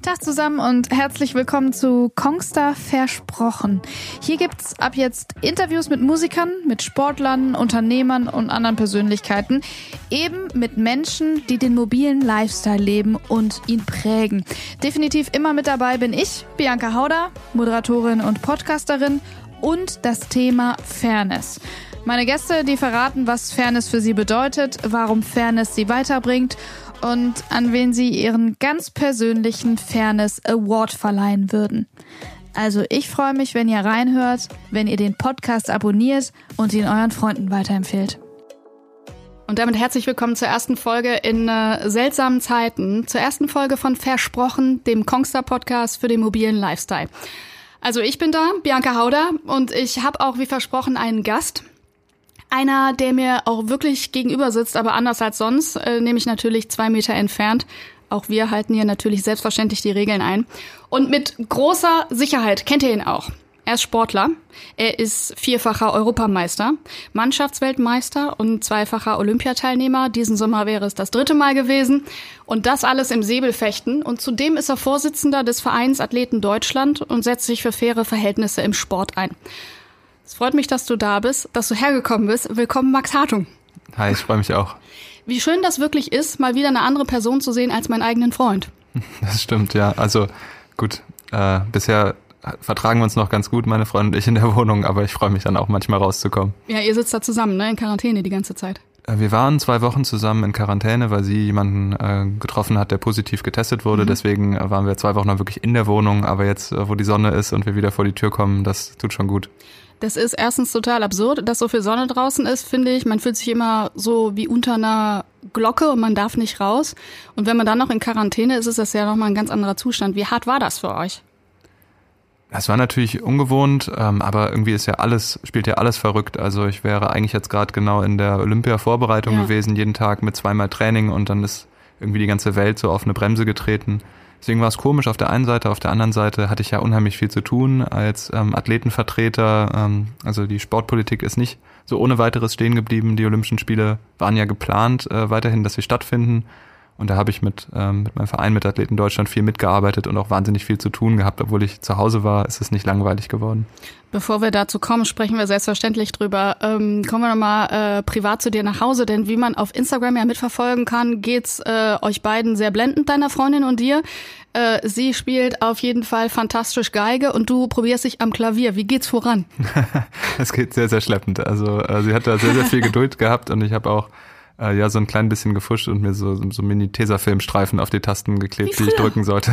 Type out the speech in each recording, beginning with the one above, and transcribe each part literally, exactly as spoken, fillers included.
Tag zusammen und herzlich willkommen zu Kongstar Versprochen. Hier gibt's ab jetzt Interviews mit Musikern, mit Sportlern, Unternehmern und anderen Persönlichkeiten. Eben mit Menschen, die den mobilen Lifestyle leben und ihn prägen. Definitiv immer mit dabei bin ich, Bianca Hauder, Moderatorin und Podcasterin, und das Thema Fairness. Meine Gäste, die verraten, was Fairness für sie bedeutet, warum Fairness sie weiterbringt und an wen sie ihren ganz persönlichen Fairness Award verleihen würden. Also ich freue mich, wenn ihr reinhört, wenn ihr den Podcast abonniert und ihn euren Freunden weiterempfehlt. Und damit herzlich willkommen zur ersten Folge in äh, seltsamen Zeiten, zur ersten Folge von Versprochen, dem Kongstar Podcast für den mobilen Lifestyle. Also ich bin da, Bianca Hauder, und ich habe auch wie versprochen einen Gast. Einer, der mir auch wirklich gegenüber sitzt, aber anders als sonst, äh, nämlich natürlich zwei Meter entfernt. Auch wir halten hier natürlich selbstverständlich die Regeln ein. Und mit großer Sicherheit kennt ihr ihn auch. Er ist Sportler, er ist vierfacher Europameister, Mannschaftsweltmeister und zweifacher Olympiateilnehmer. Diesen Sommer wäre es das dritte Mal gewesen. Und das alles im Säbelfechten. Und zudem ist er Vorsitzender des Vereins Athleten Deutschland und setzt sich für faire Verhältnisse im Sport ein. Es freut mich, dass du da bist, dass du hergekommen bist. Willkommen, Max Hartung. Hi, ich freue mich auch. Wie schön das wirklich ist, mal wieder eine andere Person zu sehen als meinen eigenen Freund. Das stimmt, ja. Also gut, äh, bisher vertragen wir uns noch ganz gut, meine Freundin und ich in der Wohnung, aber ich freue mich dann auch manchmal rauszukommen. Ja, ihr sitzt da zusammen, ne, in Quarantäne die ganze Zeit. Wir waren zwei Wochen zusammen in Quarantäne, weil sie jemanden äh, getroffen hat, der positiv getestet wurde. Mhm. Deswegen äh, waren wir zwei Wochen noch wirklich in der Wohnung. Aber jetzt, äh, wo die Sonne ist und wir wieder vor die Tür kommen, das tut schon gut. Das ist erstens total absurd, dass so viel Sonne draußen ist, finde ich. Man fühlt sich immer so wie unter einer Glocke und man darf nicht raus. Und wenn man dann noch in Quarantäne ist, ist das ja nochmal ein ganz anderer Zustand. Wie hart war das für euch? Es war natürlich ungewohnt, ähm, aber irgendwie ist ja alles, spielt ja alles verrückt. Also ich wäre eigentlich jetzt gerade genau in der Olympia-Vorbereitung ja. gewesen, jeden Tag mit zweimal Training, und dann ist irgendwie die ganze Welt so auf eine Bremse getreten. Deswegen war es komisch auf der einen Seite, auf der anderen Seite hatte ich ja unheimlich viel zu tun als ähm, Athletenvertreter. Ähm, also die Sportpolitik ist nicht so ohne weiteres stehen geblieben. Die Olympischen Spiele waren ja geplant äh, weiterhin, dass sie stattfinden. Und da habe ich mit, ähm, mit meinem Verein, mit Athleten Deutschland, viel mitgearbeitet und auch wahnsinnig viel zu tun gehabt. Obwohl ich zu Hause war, ist es nicht langweilig geworden. Bevor wir dazu kommen, sprechen wir selbstverständlich drüber. Ähm, kommen wir nochmal äh, privat zu dir nach Hause, denn wie man auf Instagram ja mitverfolgen kann, geht's äh, euch beiden sehr blendend, deiner Freundin und dir. Äh, sie spielt auf jeden Fall fantastisch Geige und du probierst dich am Klavier. Wie geht's voran? Es geht sehr, sehr schleppend. Also äh, sie hat da sehr, sehr viel Geduld gehabt und ich habe auch äh, ja so ein klein bisschen gefuscht und mir so, so Mini-Tesafilmstreifen auf die Tasten geklebt, die ich drücken sollte.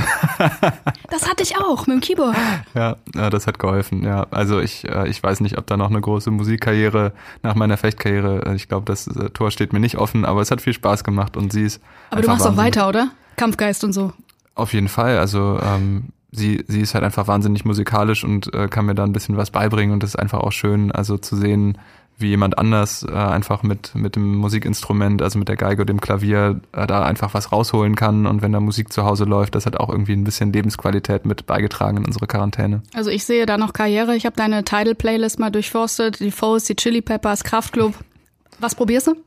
Das hatte ich auch mit dem Keyboard. Ja, ja, das hat geholfen. Ja, also ich, äh, ich weiß nicht, ob da noch eine große Musikkarriere nach meiner Fechtkarriere. Ich glaube, das äh, Tor steht mir nicht offen, aber es hat viel Spaß gemacht und sie ist. Aber du machst auch weiter, oder? Kampfgeist und so. Auf jeden Fall. Also ähm, sie, sie ist halt einfach wahnsinnig musikalisch und äh, kann mir da ein bisschen was beibringen und das ist einfach auch schön, also zu sehen, wie jemand anders äh, einfach mit mit dem Musikinstrument, also mit der Geige und dem Klavier, äh, da einfach was rausholen kann. Und wenn da Musik zu Hause läuft, das hat auch irgendwie ein bisschen Lebensqualität mit beigetragen in unsere Quarantäne. Also ich sehe da noch Karriere. Ich habe deine Tidal-Playlist mal durchforstet, die Foes, die Chili Peppers, Kraftklub. Was probierst du?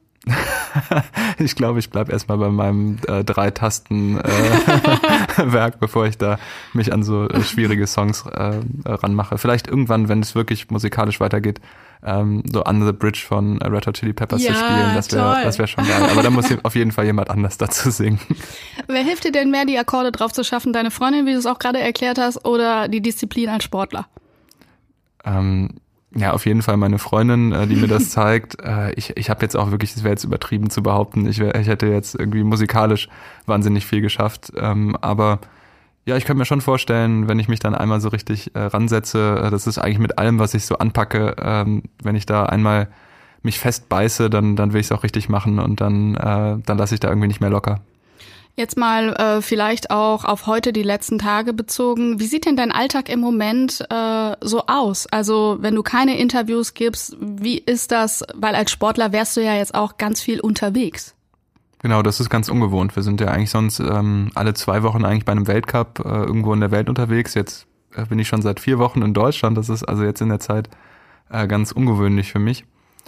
Ich glaube, ich bleib erstmal bei meinem äh, Drei-Tasten-Werk, äh, bevor ich da mich an so äh, schwierige Songs äh, ranmache. Vielleicht irgendwann, wenn es wirklich musikalisch weitergeht, ähm, so Under the Bridge von äh, Red Hot Chili Peppers ja, zu spielen. Das wäre das wäre schon geil. Aber da muss auf jeden Fall jemand anders dazu singen. Wer hilft dir denn mehr, die Akkorde drauf zu schaffen? Deine Freundin, wie du es auch gerade erklärt hast, oder die Disziplin als Sportler? Ähm, Ja, auf jeden Fall meine Freundin, äh, die mir das zeigt. Äh, ich ich habe jetzt auch wirklich, es wäre jetzt übertrieben zu behaupten, ich, wär, ich hätte jetzt irgendwie musikalisch wahnsinnig viel geschafft. Ähm, aber ja, ich könnte mir schon vorstellen, wenn ich mich dann einmal so richtig äh, ransetze, äh, das ist eigentlich mit allem, was ich so anpacke, ähm, wenn ich da einmal mich festbeiße, dann dann will ich es auch richtig machen und dann äh, dann lasse ich da irgendwie nicht mehr locker. Jetzt mal äh, vielleicht auch auf heute, die letzten Tage bezogen. Wie sieht denn dein Alltag im Moment äh, so aus? Also wenn du keine Interviews gibst, wie ist das? Weil als Sportler wärst du ja jetzt auch ganz viel unterwegs. Genau, das ist ganz ungewohnt. Wir sind ja eigentlich sonst ähm, alle zwei Wochen eigentlich bei einem Weltcup äh, irgendwo in der Welt unterwegs. Jetzt äh, bin ich schon seit vier Wochen in Deutschland. Das ist also jetzt in der Zeit äh, ganz ungewöhnlich für mich.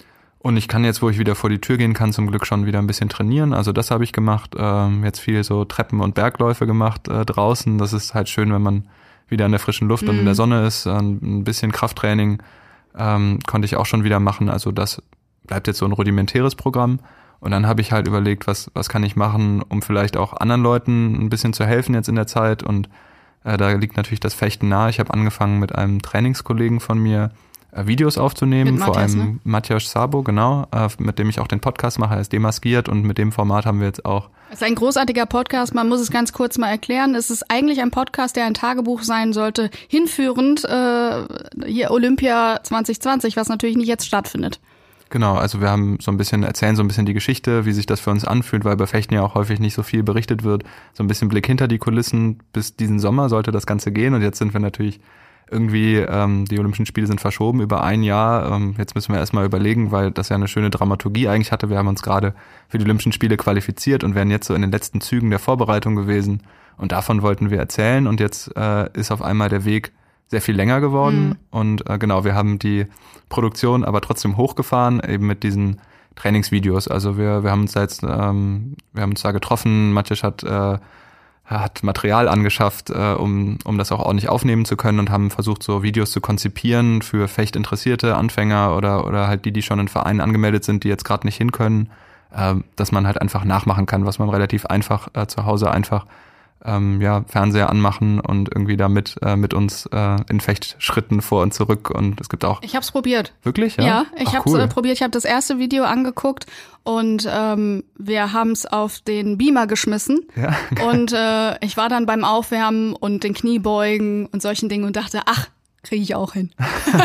Und ich kann jetzt, wo ich wieder vor die Tür gehen kann, zum Glück schon wieder ein bisschen trainieren. Also das habe ich gemacht. Ähm, jetzt viel so Treppen- und Bergläufe gemacht äh, draußen. Das ist halt schön, wenn man wieder in der frischen Luft mhm. und in der Sonne ist. Ein bisschen Krafttraining ähm, konnte ich auch schon wieder machen. Also das bleibt jetzt so ein rudimentäres Programm. Und dann habe ich halt überlegt, was was kann ich machen, um vielleicht auch anderen Leuten ein bisschen zu helfen jetzt in der Zeit. Und äh, da liegt natürlich das Fechten nahe. Ich habe angefangen mit einem Trainingskollegen von mir, Videos aufzunehmen, mit vor Matthias, allem ne? Matthias Sabo, genau, äh, mit dem ich auch den Podcast mache, er ist demaskiert und mit dem Format haben wir jetzt auch. Es ist ein großartiger Podcast, man muss es ganz kurz mal erklären. Es ist eigentlich ein Podcast, der ein Tagebuch sein sollte, hinführend äh, hier Olympia zwanzig zwanzig, was natürlich nicht jetzt stattfindet. Genau, also wir haben so ein bisschen, erzählen so ein bisschen die Geschichte, wie sich das für uns anfühlt, weil bei Fechten ja auch häufig nicht so viel berichtet wird. So ein bisschen Blick hinter die Kulissen, bis diesen Sommer sollte das Ganze gehen und jetzt sind wir natürlich irgendwie, ähm, die Olympischen Spiele sind verschoben über ein Jahr. Ähm, jetzt müssen wir erstmal überlegen, weil das ja eine schöne Dramaturgie eigentlich hatte. Wir haben uns gerade für die Olympischen Spiele qualifiziert und wären jetzt so in den letzten Zügen der Vorbereitung gewesen. Und davon wollten wir erzählen. Und jetzt äh, ist auf einmal der Weg sehr viel länger geworden. Mhm. Und äh, genau, wir haben die Produktion aber trotzdem hochgefahren, eben mit diesen Trainingsvideos. Also wir wir haben uns da jetzt, ähm, wir haben uns da getroffen. Maciej hat äh, hat Material angeschafft, äh, um um das auch ordentlich aufnehmen zu können und haben versucht, so Videos zu konzipieren für fechtinteressierte Anfänger oder oder halt die, die schon in Vereinen angemeldet sind, die jetzt gerade nicht hin können, äh, dass man halt einfach nachmachen kann, was man relativ einfach äh, zu Hause einfach ähm, ja Fernseher anmachen und irgendwie da mit, äh, mit uns äh, in Fechtschritten vor und zurück und es gibt auch... Ich hab's probiert. Wirklich? Ja, ja ich Ach, hab's cool. äh, probiert. Ich habe das erste Video angeguckt und ähm, wir haben's auf den Beamer geschmissen ja. und äh, ich war dann beim Aufwärmen und den Kniebeugen und solchen Dingen und dachte, ach, kriege ich auch hin.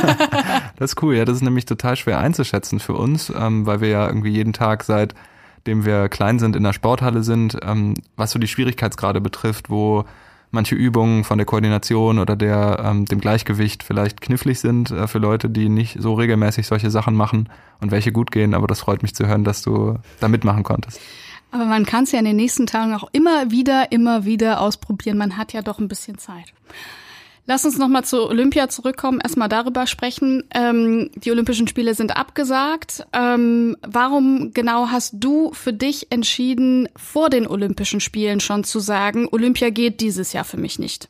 Das ist cool, ja, das ist nämlich total schwer einzuschätzen für uns, ähm, weil wir ja irgendwie jeden Tag seit dem wir klein sind, in der Sporthalle sind, ähm, was so die Schwierigkeitsgrade betrifft, wo manche Übungen von der Koordination oder der ähm, dem Gleichgewicht vielleicht knifflig sind äh, für Leute, die nicht so regelmäßig solche Sachen machen und welche gut gehen. Aber das freut mich zu hören, dass du da mitmachen konntest. Aber man kann es ja in den nächsten Tagen auch immer wieder, immer wieder ausprobieren. Man hat ja doch ein bisschen Zeit. Lass uns nochmal zu Olympia zurückkommen, erstmal darüber sprechen. Ähm, die Olympischen Spiele sind abgesagt. Ähm, warum genau hast du für dich entschieden, vor den Olympischen Spielen schon zu sagen, Olympia geht dieses Jahr für mich nicht?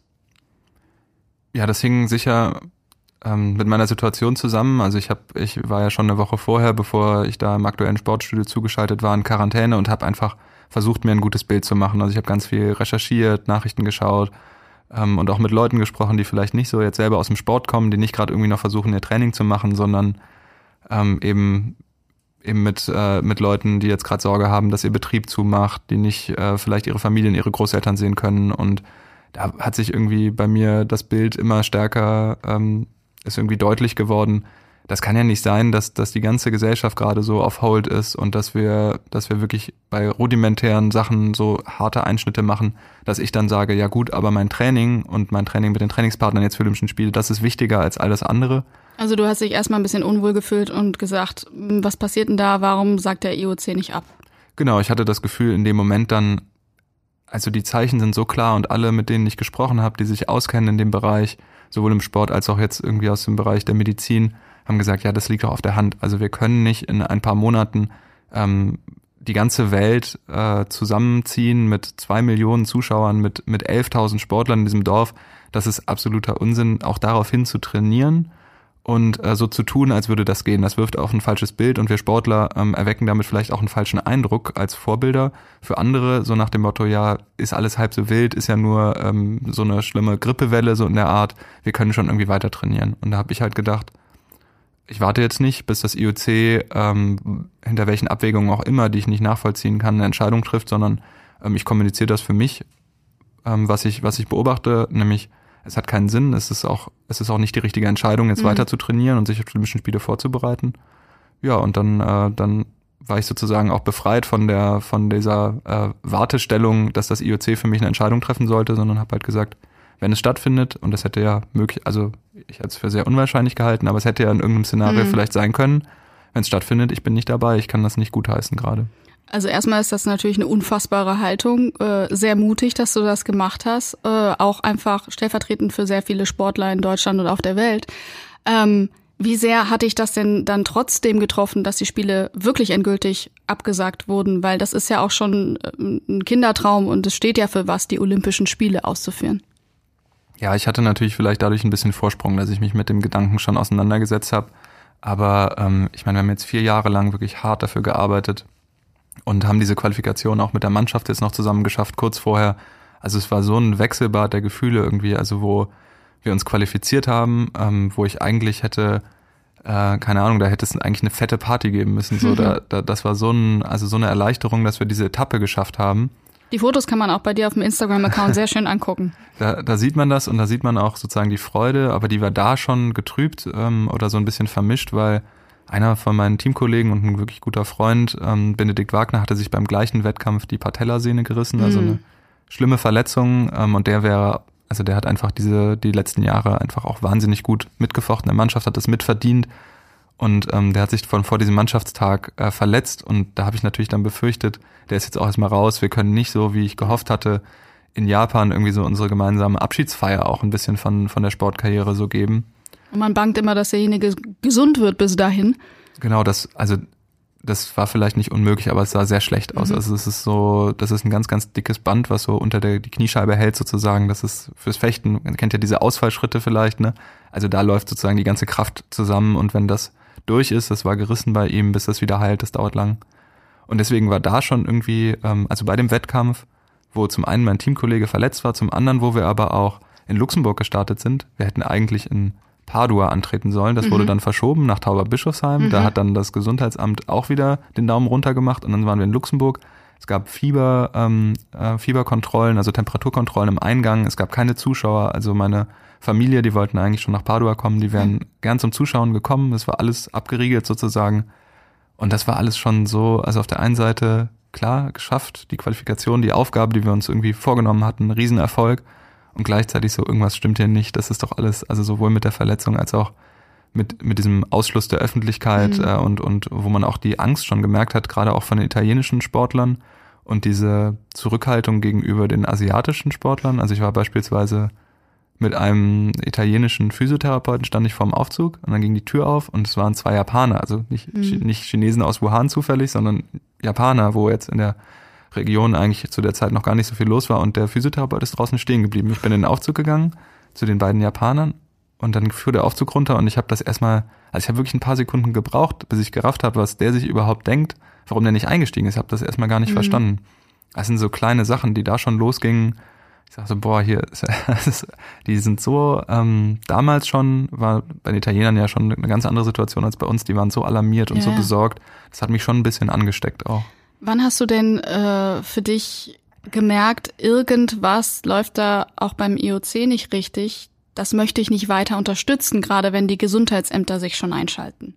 Ja, das hing sicher ähm, mit meiner Situation zusammen. Also ich hab, ich war ja schon eine Woche vorher, bevor ich da im aktuellen Sportstudio zugeschaltet war, in Quarantäne und habe einfach versucht, mir ein gutes Bild zu machen. Also ich habe ganz viel recherchiert, Nachrichten geschaut, und auch mit Leuten gesprochen, die vielleicht nicht so jetzt selber aus dem Sport kommen, die nicht gerade irgendwie noch versuchen, ihr Training zu machen, sondern ähm, eben eben mit äh, mit Leuten, die jetzt gerade Sorge haben, dass ihr Betrieb zumacht, die nicht äh, vielleicht ihre Familien, ihre Großeltern sehen können. Und da hat sich irgendwie bei mir das Bild immer stärker, ähm, ist irgendwie deutlich geworden. Das kann ja nicht sein, dass dass die ganze Gesellschaft gerade so auf Hold ist und dass wir dass wir wirklich bei rudimentären Sachen so harte Einschnitte machen, dass ich dann sage, ja gut, aber mein Training und mein Training mit den Trainingspartnern jetzt für Olympischen Spiele, das ist wichtiger als alles andere. Also du hast dich erstmal ein bisschen unwohl gefühlt und gesagt, was passiert denn da, warum sagt der I O C nicht ab? Genau, ich hatte das Gefühl in dem Moment dann, also die Zeichen sind so klar und alle, mit denen ich gesprochen habe, die sich auskennen in dem Bereich, sowohl im Sport als auch jetzt irgendwie aus dem Bereich der Medizin, haben gesagt, ja, das liegt doch auf der Hand. Also wir können nicht in ein paar Monaten ähm, die ganze Welt äh, zusammenziehen mit zwei Millionen Zuschauern, mit mit elftausend Sportlern in diesem Dorf. Das ist absoluter Unsinn, auch darauf hin zu trainieren und äh, so zu tun, als würde das gehen. Das wirft auf ein falsches Bild und wir Sportler ähm, erwecken damit vielleicht auch einen falschen Eindruck als Vorbilder für andere, so nach dem Motto, ja, ist alles halb so wild, ist ja nur ähm, so eine schlimme Grippewelle, so in der Art, wir können schon irgendwie weiter trainieren. Und da habe ich halt gedacht, ich warte jetzt nicht, bis das I O C ähm, hinter welchen Abwägungen auch immer, die ich nicht nachvollziehen kann, eine Entscheidung trifft, sondern ähm, ich kommuniziere das für mich, ähm, was ich was ich beobachte, nämlich es hat keinen Sinn, es ist auch es ist auch nicht die richtige Entscheidung, jetzt mhm. weiter zu trainieren und sich auf die Olympischen Spiele vorzubereiten. Ja, und dann äh, dann war ich sozusagen auch befreit von der von dieser äh, Wartestellung, dass das I O C für mich eine Entscheidung treffen sollte, sondern habe halt gesagt, wenn es stattfindet, und das hätte ja möglich, also ich hätte es für sehr unwahrscheinlich gehalten, aber es hätte ja in irgendeinem Szenario mhm. vielleicht sein können, wenn es stattfindet, ich bin nicht dabei, ich kann das nicht gutheißen gerade. Also erstmal ist das natürlich eine unfassbare Haltung, äh, sehr mutig, dass du das gemacht hast, äh, auch einfach stellvertretend für sehr viele Sportler in Deutschland und auf der Welt. Ähm, Wie sehr hatte ich das denn dann trotzdem getroffen, dass die Spiele wirklich endgültig abgesagt wurden? Weil das ist ja auch schon ein Kindertraum und es steht ja für was, die Olympischen Spiele auszuführen. Ja, ich hatte natürlich vielleicht dadurch ein bisschen Vorsprung, dass ich mich mit dem Gedanken schon auseinandergesetzt habe. Aber ähm, ich meine, wir haben jetzt vier Jahre lang wirklich hart dafür gearbeitet und haben diese Qualifikation auch mit der Mannschaft jetzt noch zusammen geschafft, kurz vorher. Also es war so ein Wechselbad der Gefühle irgendwie, also wo wir uns qualifiziert haben, ähm, wo ich eigentlich hätte, äh, keine Ahnung, da hätte es eigentlich eine fette Party geben müssen. So, da, da, das war so ein, also so eine Erleichterung, dass wir diese Etappe geschafft haben. Die Fotos kann man auch bei dir auf dem Instagram-Account sehr schön angucken. Da, da sieht man das und da sieht man auch sozusagen die Freude, aber die war da schon getrübt ähm, oder so ein bisschen vermischt, weil einer von meinen Teamkollegen und ein wirklich guter Freund, ähm, Benedikt Wagner, hatte sich beim gleichen Wettkampf die Patellasehne gerissen, also eine schlimme Verletzung, ähm, und der wäre, also der hat einfach diese die letzten Jahre einfach auch wahnsinnig gut mitgefochten. Der Mannschaft hat das mitverdient und ähm, der hat sich von vor diesem Mannschaftstag äh, verletzt und da habe ich natürlich dann befürchtet, der ist jetzt auch erstmal raus, wir können nicht so, wie ich gehofft hatte, in Japan irgendwie so unsere gemeinsame Abschiedsfeier auch ein bisschen von von der Sportkarriere so geben. Und man bangt immer, dass derjenige gesund wird bis dahin. Genau, das, also das war vielleicht nicht unmöglich, aber es sah sehr schlecht aus. Mhm. Also es ist so, das ist ein ganz, ganz dickes Band, was so unter der die Kniescheibe hält sozusagen. Das ist fürs Fechten, man kennt ja diese Ausfallschritte vielleicht, ne? Also da läuft sozusagen die ganze Kraft zusammen und wenn das durch ist, das war gerissen bei ihm, bis das wieder heilt, das dauert lang. Und deswegen war da schon irgendwie, ähm, also bei dem Wettkampf, wo zum einen mein Teamkollege verletzt war, zum anderen, wo wir aber auch in Luxemburg gestartet sind. Wir hätten eigentlich in Padua antreten sollen. Das mhm. wurde dann verschoben nach Tauberbischofsheim. Mhm. Da hat dann das Gesundheitsamt auch wieder den Daumen runter gemacht und dann waren wir in Luxemburg. Es gab Fieber, ähm, äh, Fieberkontrollen, also Temperaturkontrollen im Eingang. Es gab keine Zuschauer. Also meine Familie, die wollten eigentlich schon nach Padua kommen. Die wären mhm. gern zum Zuschauen gekommen. Das war alles abgeriegelt sozusagen. Und das war alles schon so, also auf der einen Seite klar geschafft, die Qualifikation, die Aufgabe, die wir uns irgendwie vorgenommen hatten, Riesenerfolg. Und gleichzeitig so, irgendwas stimmt hier nicht. Das ist doch alles, also sowohl mit der Verletzung als auch mit mit diesem Ausschluss der Öffentlichkeit mhm. äh, und und wo man auch die Angst schon gemerkt hat, gerade auch von den italienischen Sportlern und diese Zurückhaltung gegenüber den asiatischen Sportlern. Also ich war beispielsweise mit einem italienischen Physiotherapeuten, stand ich vorm Aufzug und dann ging die Tür auf und es waren zwei Japaner, also nicht, mhm. nicht Chinesen aus Wuhan zufällig, sondern Japaner, wo jetzt in der Region eigentlich zu der Zeit noch gar nicht so viel los war und der Physiotherapeut ist draußen stehen geblieben. Ich bin in den Aufzug gegangen zu den beiden Japanern und dann fuhr der Aufzug runter und ich habe das erstmal, also ich habe wirklich ein paar Sekunden gebraucht, bis ich gerafft habe, was der sich überhaupt denkt, warum der nicht eingestiegen ist. Ich habe das erstmal gar nicht mhm. verstanden. Das sind so kleine Sachen, die da schon losgingen. Ich sag so, boah, hier, ist, die sind so, ähm, damals schon, war bei den Italienern ja schon eine ganz andere Situation als bei uns, die waren so alarmiert und ja. so besorgt. Das hat mich schon ein bisschen angesteckt auch. Wann hast du denn äh, für dich gemerkt, irgendwas läuft da auch beim I O C nicht richtig? Das möchte ich nicht weiter unterstützen, gerade wenn die Gesundheitsämter sich schon einschalten.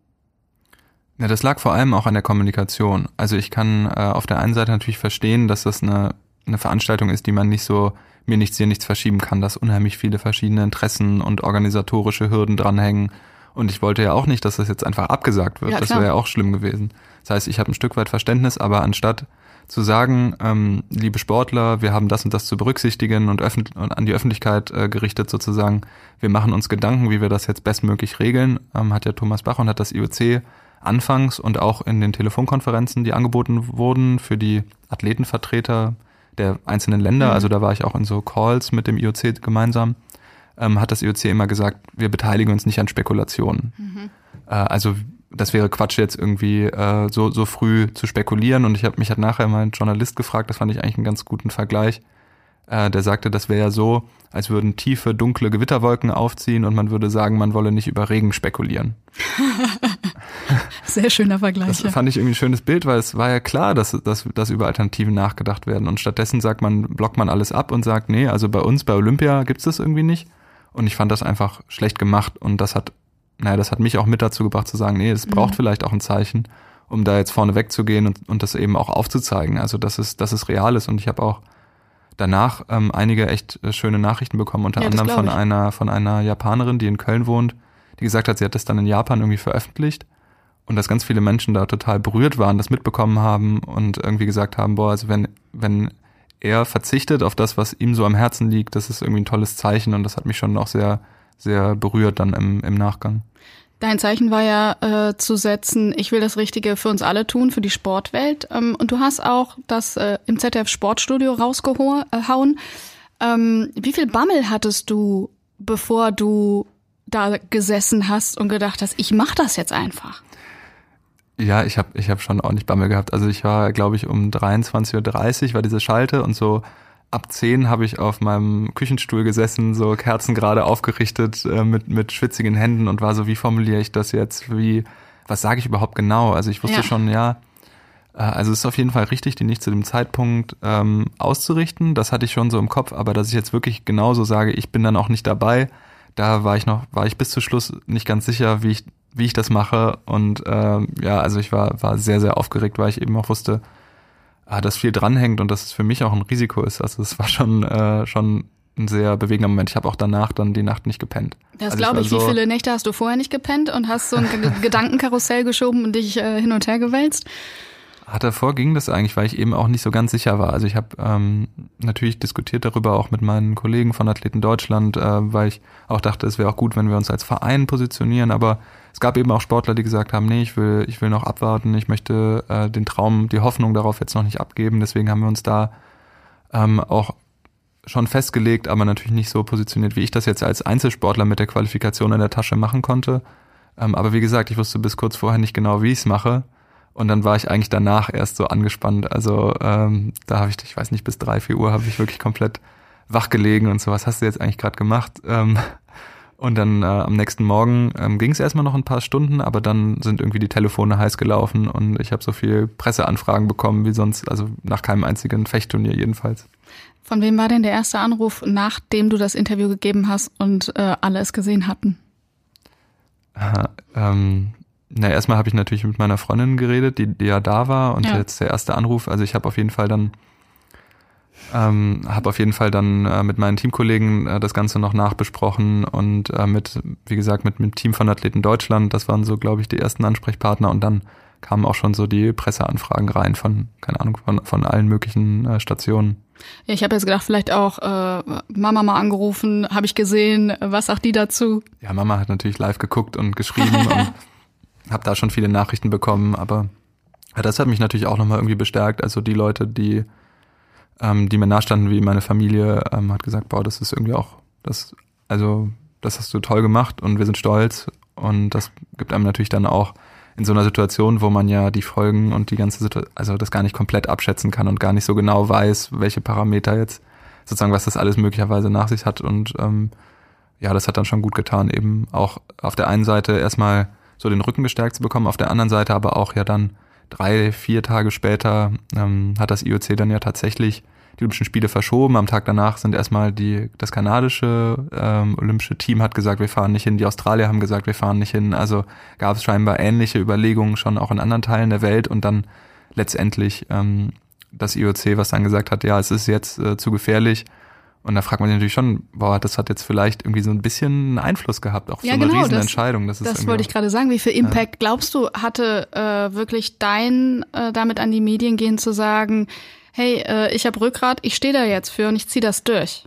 Ja, das lag vor allem auch an der Kommunikation. Also ich kann äh, auf der einen Seite natürlich verstehen, dass das eine, eine Veranstaltung ist, die man nicht so, mir nichts, hier nichts verschieben kann, dass unheimlich viele verschiedene Interessen und organisatorische Hürden dranhängen. Und ich wollte ja auch nicht, dass das jetzt einfach abgesagt wird. Ja, das wäre ja auch schlimm gewesen. Das heißt, ich habe ein Stück weit Verständnis, aber anstatt zu sagen, ähm, liebe Sportler, wir haben das und das zu berücksichtigen und, öffentlich, und an die Öffentlichkeit äh, gerichtet sozusagen, wir machen uns Gedanken, wie wir das jetzt bestmöglich regeln, ähm, hat ja Thomas Bach und hat das I O C anfangs und auch in den Telefonkonferenzen, die angeboten wurden für die Athletenvertreter der einzelnen Länder, mhm. also da war ich auch in so Calls mit dem I O C gemeinsam, ähm, hat das I O C immer gesagt, wir beteiligen uns nicht an Spekulationen. Mhm. Äh, also das wäre Quatsch, jetzt irgendwie äh, so so früh zu spekulieren. Und ich habe mich hat nachher mal ein Journalist gefragt, das fand ich eigentlich einen ganz guten Vergleich. Äh, der sagte, das wäre ja so, als würden tiefe, dunkle Gewitterwolken aufziehen und man würde sagen, man wolle nicht über Regen spekulieren. Sehr schöner Vergleich. Das fand ich irgendwie ein schönes Bild, weil es war ja klar, dass, dass, dass über Alternativen nachgedacht werden. Und stattdessen sagt man, blockt man alles ab und sagt, nee, also bei uns, bei Olympia gibt's das irgendwie nicht. Und ich fand das einfach schlecht gemacht und das hat Naja, das hat mich auch mit dazu gebracht zu sagen, nee, es braucht mhm. vielleicht auch ein Zeichen, um da jetzt vorne wegzugehen und, und das eben auch aufzuzeigen. Also, dass es, dass es real ist. Und ich habe auch danach ähm, einige echt äh, schöne Nachrichten bekommen, unter ja, anderem von ich. einer von einer Japanerin, die in Köln wohnt, die gesagt hat, sie hat das dann in Japan irgendwie veröffentlicht und dass ganz viele Menschen da total berührt waren, das mitbekommen haben und irgendwie gesagt haben, boah, also wenn wenn er verzichtet auf das, was ihm so am Herzen liegt, das ist irgendwie ein tolles Zeichen und das hat mich schon auch sehr sehr berührt dann im, im Nachgang. Dein Zeichen war ja äh, zu setzen, ich will das Richtige für uns alle tun, für die Sportwelt. Ähm, und du hast auch das äh, im Z D F Sportstudio rausgehauen. Ähm, wie viel Bammel hattest du, bevor du da gesessen hast und gedacht hast, ich mach das jetzt einfach? Ja, ich habe ich hab schon ordentlich Bammel gehabt. Also ich war, glaube ich, um dreiundzwanzig Uhr dreißig war diese Schalte und so ab zehn habe ich auf meinem Küchenstuhl gesessen, so kerzengerade aufgerichtet, äh, mit mit schwitzigen Händen und war so, wie formuliere ich das jetzt? Wie, was sage ich überhaupt genau? Also ich wusste ja. schon, ja, äh, also es ist auf jeden Fall richtig, die nicht zu dem Zeitpunkt ähm, auszurichten. Das hatte ich schon so im Kopf, aber dass ich jetzt wirklich genauso sage, ich bin dann auch nicht dabei, da war ich noch, war ich bis zum Schluss nicht ganz sicher, wie ich wie ich das mache. Und ähm, ja, also ich war war sehr, sehr aufgeregt, weil ich eben auch wusste, Ah, dass viel dranhängt und dass es für mich auch ein Risiko ist. Also es war schon äh, schon ein sehr bewegender Moment. Ich habe auch danach dann die Nacht nicht gepennt. Das also glaube ich. So, wie viele Nächte hast du vorher nicht gepennt und hast so ein G- Gedankenkarussell geschoben und dich äh, hin und her gewälzt? Ah, davor ging das eigentlich, weil ich eben auch nicht so ganz sicher war. Also ich habe ähm, natürlich diskutiert darüber auch mit meinen Kollegen von Athleten Deutschland, äh, weil ich auch dachte, es wäre auch gut, wenn wir uns als Verein positionieren. Aber es gab eben auch Sportler, die gesagt haben, nee, ich will, ich will noch abwarten, ich möchte äh, den Traum, die Hoffnung darauf jetzt noch nicht abgeben. Deswegen haben wir uns da ähm, auch schon festgelegt, aber natürlich nicht so positioniert, wie ich das jetzt als Einzelsportler mit der Qualifikation in der Tasche machen konnte. Ähm, aber wie gesagt, ich wusste bis kurz vorher nicht genau, wie ich es mache. Und dann war ich eigentlich danach erst so angespannt. Also ähm, da habe ich, ich weiß nicht, bis drei, vier Uhr habe ich wirklich komplett wach gelegen und so, was hast du jetzt eigentlich gerade gemacht? Ähm, und dann äh, am nächsten Morgen ähm, ging es erstmal noch ein paar Stunden, aber dann sind irgendwie die Telefone heiß gelaufen und ich habe so viel Presseanfragen bekommen wie sonst, also nach keinem einzigen Fechtturnier jedenfalls. Von wem war denn der erste Anruf, nachdem du das Interview gegeben hast und äh, alle es gesehen hatten? Aha, ähm, na, erstmal habe ich natürlich mit meiner Freundin geredet, die, die ja da war und ja. Jetzt der erste Anruf. Also ich habe auf jeden Fall dann ähm, habe auf jeden Fall dann äh, mit meinen Teamkollegen äh, das Ganze noch nachbesprochen und äh, mit, wie gesagt, mit mit Team von Athleten Deutschland. Das waren so, glaube ich, die ersten Ansprechpartner und dann kamen auch schon so die Presseanfragen rein von, keine Ahnung, von von allen möglichen äh, Stationen. Ja, ich habe jetzt gedacht, vielleicht auch äh, Mama mal angerufen, habe ich gesehen, was sagt die dazu? Ja, Mama hat natürlich live geguckt und geschrieben und habe da schon viele Nachrichten bekommen, aber ja, das hat mich natürlich auch nochmal irgendwie bestärkt. Also die Leute, die ähm, die mir nahestanden, wie meine Familie, ähm, hat gesagt, boah, das ist irgendwie auch, das, also das hast du toll gemacht und wir sind stolz und das gibt einem natürlich dann auch in so einer Situation, wo man ja die Folgen und die ganze Situation, also das gar nicht komplett abschätzen kann und gar nicht so genau weiß, welche Parameter jetzt sozusagen, was das alles möglicherweise nach sich hat und ähm, ja, das hat dann schon gut getan, eben auch auf der einen Seite erstmal so den Rücken gestärkt zu bekommen, auf der anderen Seite aber auch ja dann drei, vier Tage später ähm, hat das I O C dann ja tatsächlich die Olympischen Spiele verschoben. Am Tag danach sind erstmal die das kanadische ähm, olympische Team hat gesagt, wir fahren nicht hin, die Australier haben gesagt, wir fahren nicht hin. Also gab es scheinbar ähnliche Überlegungen schon auch in anderen Teilen der Welt und dann letztendlich ähm, das I O C, was dann gesagt hat, ja, es ist jetzt äh, zu gefährlich. Und da fragt man sich natürlich schon, boah, das hat jetzt vielleicht irgendwie so ein bisschen einen Einfluss gehabt, auch ja, so eine genau, Riesenentscheidung. Das, das, ist das wollte ich gerade sagen. Wie viel Impact, ja. glaubst du, hatte äh, wirklich dein äh, damit an die Medien gehen zu sagen, hey, äh, ich habe Rückgrat, ich stehe da jetzt für und ich ziehe das durch?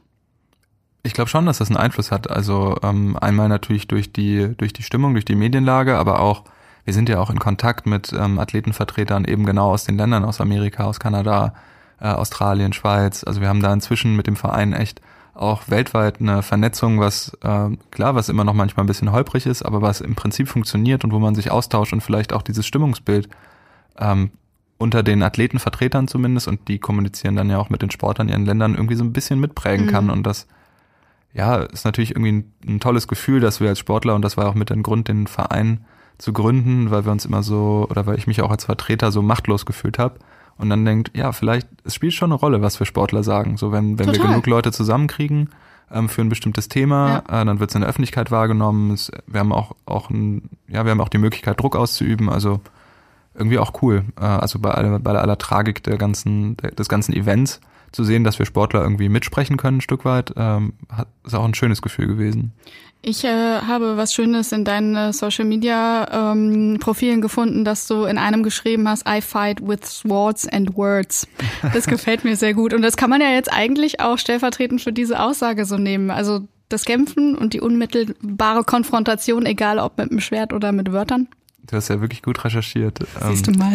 Ich glaube schon, dass das einen Einfluss hat. Also ähm, einmal natürlich durch die durch die Stimmung, durch die Medienlage, aber auch, wir sind ja auch in Kontakt mit ähm, Athletenvertretern eben genau aus den Ländern, aus Amerika, aus Kanada, Äh, Australien, Schweiz. Also wir haben da inzwischen mit dem Verein echt auch weltweit eine Vernetzung, was äh, klar, was immer noch manchmal ein bisschen holprig ist, aber was im Prinzip funktioniert und wo man sich austauscht und vielleicht auch dieses Stimmungsbild ähm, unter den Athletenvertretern zumindest, und die kommunizieren dann ja auch mit den Sportlern in ihren Ländern, irgendwie so ein bisschen mitprägen mhm. kann. Und das ja ist natürlich irgendwie ein, ein tolles Gefühl, dass wir als Sportler, und das war auch mit dem Grund, den Verein zu gründen, weil wir uns immer so, oder weil ich mich auch als Vertreter so machtlos gefühlt habe. Und dann denkt, ja, vielleicht, es spielt schon eine Rolle, was wir Sportler sagen. So, wenn, wenn wir genug Leute zusammenkriegen ähm, für ein bestimmtes Thema, ja. äh, dann wird es in der Öffentlichkeit wahrgenommen. Es, wir haben auch, auch ein, ja, wir haben auch die Möglichkeit, Druck auszuüben. Also irgendwie auch cool. Äh, also bei aller, bei aller Tragik der ganzen, der, des ganzen Events zu sehen, dass wir Sportler irgendwie mitsprechen können, ein Stück weit, ähm, hat, ist auch ein schönes Gefühl gewesen. Ich äh, habe was Schönes in deinen äh, Social-Media-Profilen ähm, gefunden, dass du in einem geschrieben hast, I fight with swords and words. Das gefällt mir sehr gut. Und das kann man ja jetzt eigentlich auch stellvertretend für diese Aussage so nehmen. Also das Kämpfen und die unmittelbare Konfrontation, egal ob mit dem Schwert oder mit Wörtern? Du hast ja wirklich gut recherchiert. Siehst du mal.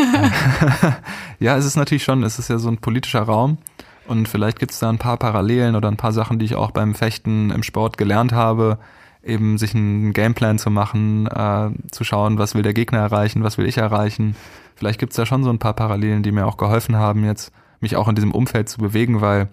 Ja, es ist natürlich schon, es ist ja so ein politischer Raum und vielleicht gibt es da ein paar Parallelen oder ein paar Sachen, die ich auch beim Fechten im Sport gelernt habe, eben sich einen Gameplan zu machen, äh, zu schauen, was will der Gegner erreichen, was will ich erreichen. Vielleicht gibt es da schon so ein paar Parallelen, die mir auch geholfen haben, jetzt mich auch in diesem Umfeld zu bewegen, weil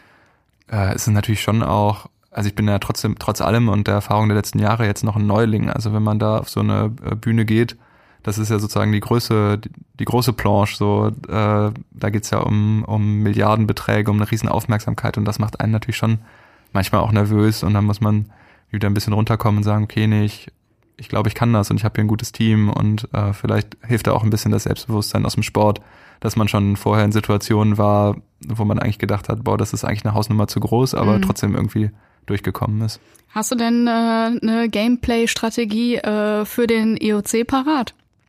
äh, es ist natürlich schon auch, also ich bin ja trotzdem, trotz allem und der Erfahrung der letzten Jahre jetzt noch ein Neuling. Also wenn man da auf so eine Bühne geht, das ist ja sozusagen die große, die, die große Planche, so, äh, da geht's ja um, um Milliardenbeträge, um eine riesen Aufmerksamkeit und das macht einen natürlich schon manchmal auch nervös und dann muss man wieder ein bisschen runterkommen und sagen, okay, nee, ich, ich glaube, ich kann das und ich habe hier ein gutes Team und äh, vielleicht hilft da auch ein bisschen das Selbstbewusstsein aus dem Sport, dass man schon vorher in Situationen war, wo man eigentlich gedacht hat, boah, das ist eigentlich eine Hausnummer zu groß, aber mhm. trotzdem irgendwie durchgekommen ist. Hast du denn äh, eine Gameplay-Strategie äh, für den E O C parat?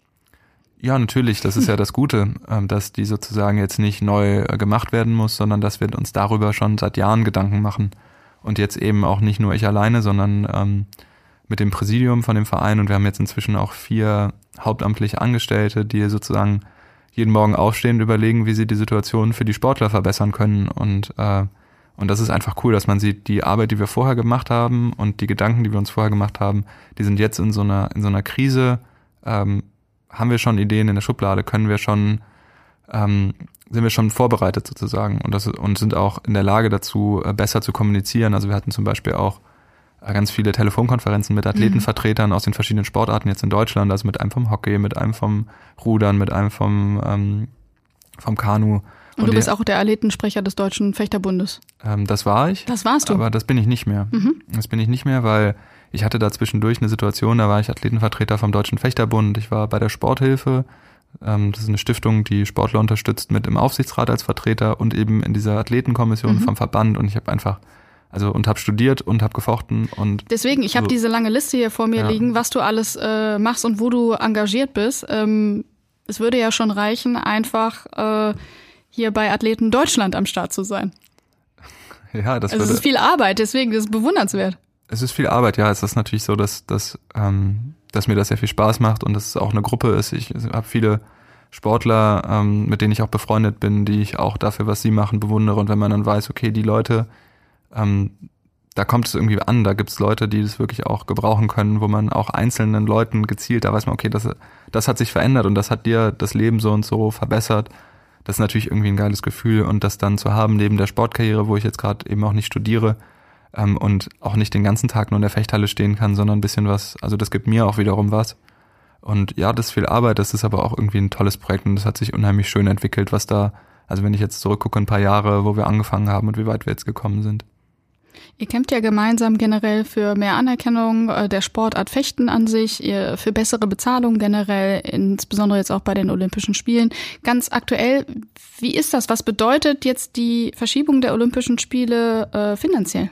Ja, natürlich, das ist ja das Gute, äh, dass die sozusagen jetzt nicht neu äh, gemacht werden muss, sondern dass wir uns darüber schon seit Jahren Gedanken machen. Und jetzt eben auch nicht nur ich alleine, sondern ähm, mit dem Präsidium von dem Verein. Und wir haben jetzt inzwischen auch vier hauptamtliche Angestellte, die sozusagen jeden Morgen aufstehen und überlegen, wie sie die Situation für die Sportler verbessern können. Und äh, und das ist einfach cool, dass man sieht, die Arbeit, die wir vorher gemacht haben und die Gedanken, die wir uns vorher gemacht haben, die sind jetzt in so einer in so einer Krise. Ähm, haben wir schon Ideen in der Schublade? Können wir schon ähm, sind wir schon vorbereitet sozusagen und das und sind auch in der Lage dazu, besser zu kommunizieren. Also wir hatten zum Beispiel auch ganz viele Telefonkonferenzen mit Athletenvertretern aus den verschiedenen Sportarten jetzt in Deutschland, also mit einem vom Hockey, mit einem vom Rudern, mit einem vom ähm, vom Kanu. Und, und du bist die, auch der Athletensprecher des Deutschen Fechterbundes. Ähm, das war ich. Das warst du. Aber das bin ich nicht mehr. Mhm. Das bin ich nicht mehr, weil ich hatte da zwischendurch eine Situation, da war ich Athletenvertreter vom Deutschen Fechterbund. Ich war bei der Sporthilfe. Das ist eine Stiftung, die Sportler unterstützt, mit im Aufsichtsrat als Vertreter und eben in dieser Athletenkommission mhm. vom Verband. Und ich habe einfach, also und habe studiert und habe gefochten. Und deswegen, ich habe so, diese lange Liste hier vor mir ja. liegen, was du alles äh, machst und wo du engagiert bist. Ähm, es würde ja schon reichen, einfach äh, hier bei Athleten Deutschland am Start zu sein. Ja, das also würde, es ist viel Arbeit, deswegen das ist bewundernswert. Es ist viel Arbeit, ja. Es ist natürlich so, dass, dass, ähm, dass mir das sehr viel Spaß macht und dass es auch eine Gruppe ist. Ich habe viele Sportler, ähm, mit denen ich auch befreundet bin, die ich auch dafür, was sie machen, bewundere. Und wenn man dann weiß, okay, die Leute, ähm, da kommt es irgendwie an, da gibt's Leute, die das wirklich auch gebrauchen können, wo man auch einzelnen Leuten gezielt, da weiß man, okay, das, das hat sich verändert und das hat dir das Leben so und so verbessert. Das ist natürlich irgendwie ein geiles Gefühl und das dann zu haben neben der Sportkarriere, wo ich jetzt gerade eben auch nicht studiere ähm, und auch nicht den ganzen Tag nur in der Fechthalle stehen kann, sondern ein bisschen was, also das gibt mir auch wiederum was. Und ja, das ist viel Arbeit, das ist aber auch irgendwie ein tolles Projekt und das hat sich unheimlich schön entwickelt, was da, also wenn ich jetzt zurückgucke, ein paar Jahre, wo wir angefangen haben und wie weit wir jetzt gekommen sind. Ihr kämpft ja gemeinsam generell für mehr Anerkennung der Sportart Fechten an sich, ihr für bessere Bezahlung generell, insbesondere jetzt auch bei den Olympischen Spielen. Ganz aktuell, wie ist das? Was bedeutet jetzt die Verschiebung der Olympischen Spiele äh, finanziell?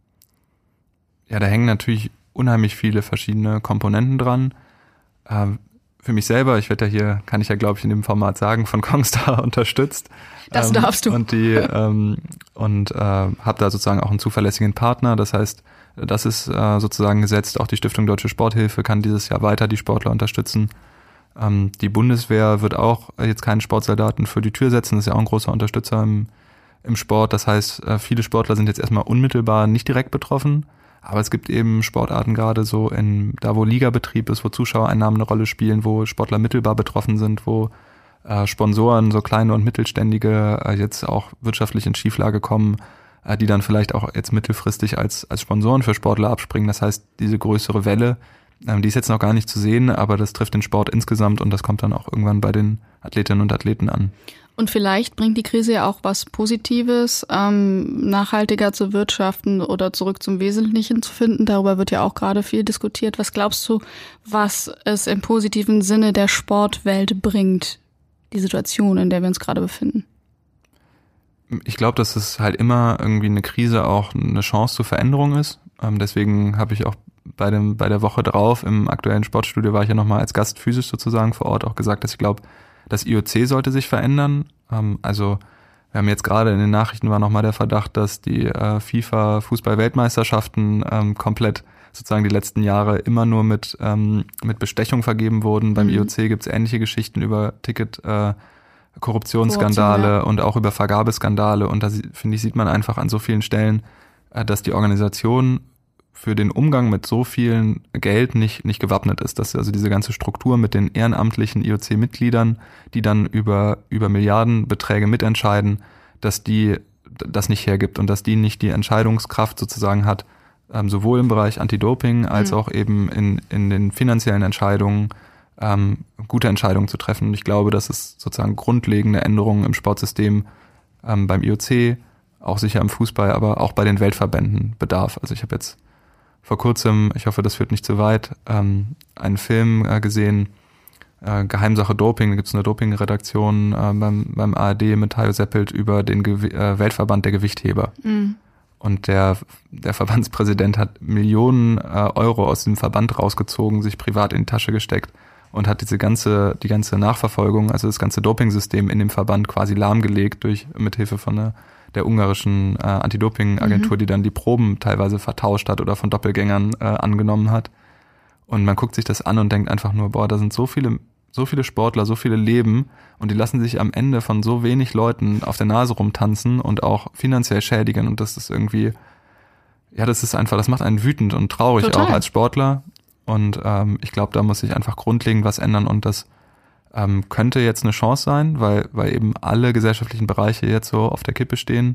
Ja, da hängen natürlich unheimlich viele verschiedene Komponenten dran. Ähm, für mich selber, ich werde ja hier, kann ich ja glaube ich in dem Format sagen, von Kongstar unterstützt. Das ähm, darfst du. Und die ähm, und äh, habe da sozusagen auch einen zuverlässigen Partner. Das heißt, das ist äh, sozusagen gesetzt. Auch die Stiftung Deutsche Sporthilfe kann dieses Jahr weiter die Sportler unterstützen. Ähm, die Bundeswehr wird auch jetzt keinen Sportsoldaten für die Tür setzen. Das ist ja auch ein großer Unterstützer im, im Sport. Das heißt, äh, viele Sportler sind jetzt erstmal unmittelbar nicht direkt betroffen. Aber es gibt eben Sportarten gerade so in da, wo Ligabetrieb ist, wo Zuschauereinnahmen eine Rolle spielen, wo Sportler mittelbar betroffen sind, wo äh, Sponsoren, so kleine und mittelständige, äh, jetzt auch wirtschaftlich in Schieflage kommen, äh, die dann vielleicht auch jetzt mittelfristig als als Sponsoren für Sportler abspringen. Das heißt, diese größere Welle, ähm, die ist jetzt noch gar nicht zu sehen, aber das trifft den Sport insgesamt und das kommt dann auch irgendwann bei den Athletinnen und Athleten an. Und vielleicht bringt die Krise ja auch was Positives, ähm, nachhaltiger zu wirtschaften oder zurück zum Wesentlichen zu finden. Darüber wird ja auch gerade viel diskutiert. Was glaubst du, was es im positiven Sinne der Sportwelt bringt, die Situation, in der wir uns gerade befinden? Ich glaube, dass es halt immer irgendwie eine Krise auch eine Chance zur Veränderung ist. Ähm, deswegen habe ich auch bei dem bei der Woche drauf im aktuellen Sportstudio war ich ja nochmal als Gast physisch sozusagen vor Ort auch gesagt, dass ich glaube, das I O C sollte sich verändern. Ähm, also Wir haben jetzt gerade in den Nachrichten war nochmal der Verdacht, dass die äh, FIFA-Fußball-Weltmeisterschaften ähm, komplett sozusagen die letzten Jahre immer nur mit ähm, mit Bestechung vergeben wurden. Beim mhm. I O C gibt's ähnliche Geschichten über Ticket äh, Korruptionsskandale Korruption, ja. und auch über Vergabeskandale. Und da finde ich, sieht man einfach an so vielen Stellen, äh, dass die Organisation für den Umgang mit so viel Geld nicht nicht gewappnet ist. Dass also diese ganze Struktur mit den ehrenamtlichen I O C-Mitgliedern, die dann über über Milliardenbeträge mitentscheiden, dass die das nicht hergibt und dass die nicht die Entscheidungskraft sozusagen hat, ähm, sowohl im Bereich Anti-Doping als mhm. auch eben in in den finanziellen Entscheidungen ähm, gute Entscheidungen zu treffen. Und ich glaube, dass es sozusagen grundlegende Änderungen im Sportsystem ähm, beim I O C, auch sicher im Fußball, aber auch bei den Weltverbänden bedarf. Also ich habe jetzt vor kurzem, ich hoffe, das führt nicht zu weit, ähm, einen Film äh, gesehen, äh, Geheimsache Doping, da gibt es eine Doping-Redaktion äh, beim, beim A R D mit Hajo Seppelt über den Gew- äh, Weltverband der Gewichtheber. Mhm. Und der, der Verbandspräsident hat Millionen äh, Euro aus dem Verband rausgezogen, sich privat in die Tasche gesteckt und hat diese ganze, die ganze Nachverfolgung, also das ganze Dopingsystem in dem Verband quasi lahmgelegt durch, mithilfe von einer der ungarischen äh, Anti-Doping-Agentur, mhm. die dann die Proben teilweise vertauscht hat oder von Doppelgängern äh, angenommen hat. Und man guckt sich das an und denkt einfach nur, boah, da sind so viele, so viele Sportler, so viele Leben und die lassen sich am Ende von so wenig Leuten auf der Nase rumtanzen und auch finanziell schädigen. Und das ist irgendwie, ja, das ist einfach, das macht einen wütend und traurig Total. Auch als Sportler. Und ähm, ich glaube, da muss sich einfach grundlegend was ändern und das Ähm, könnte jetzt eine Chance sein, weil weil eben alle gesellschaftlichen Bereiche jetzt so auf der Kippe stehen.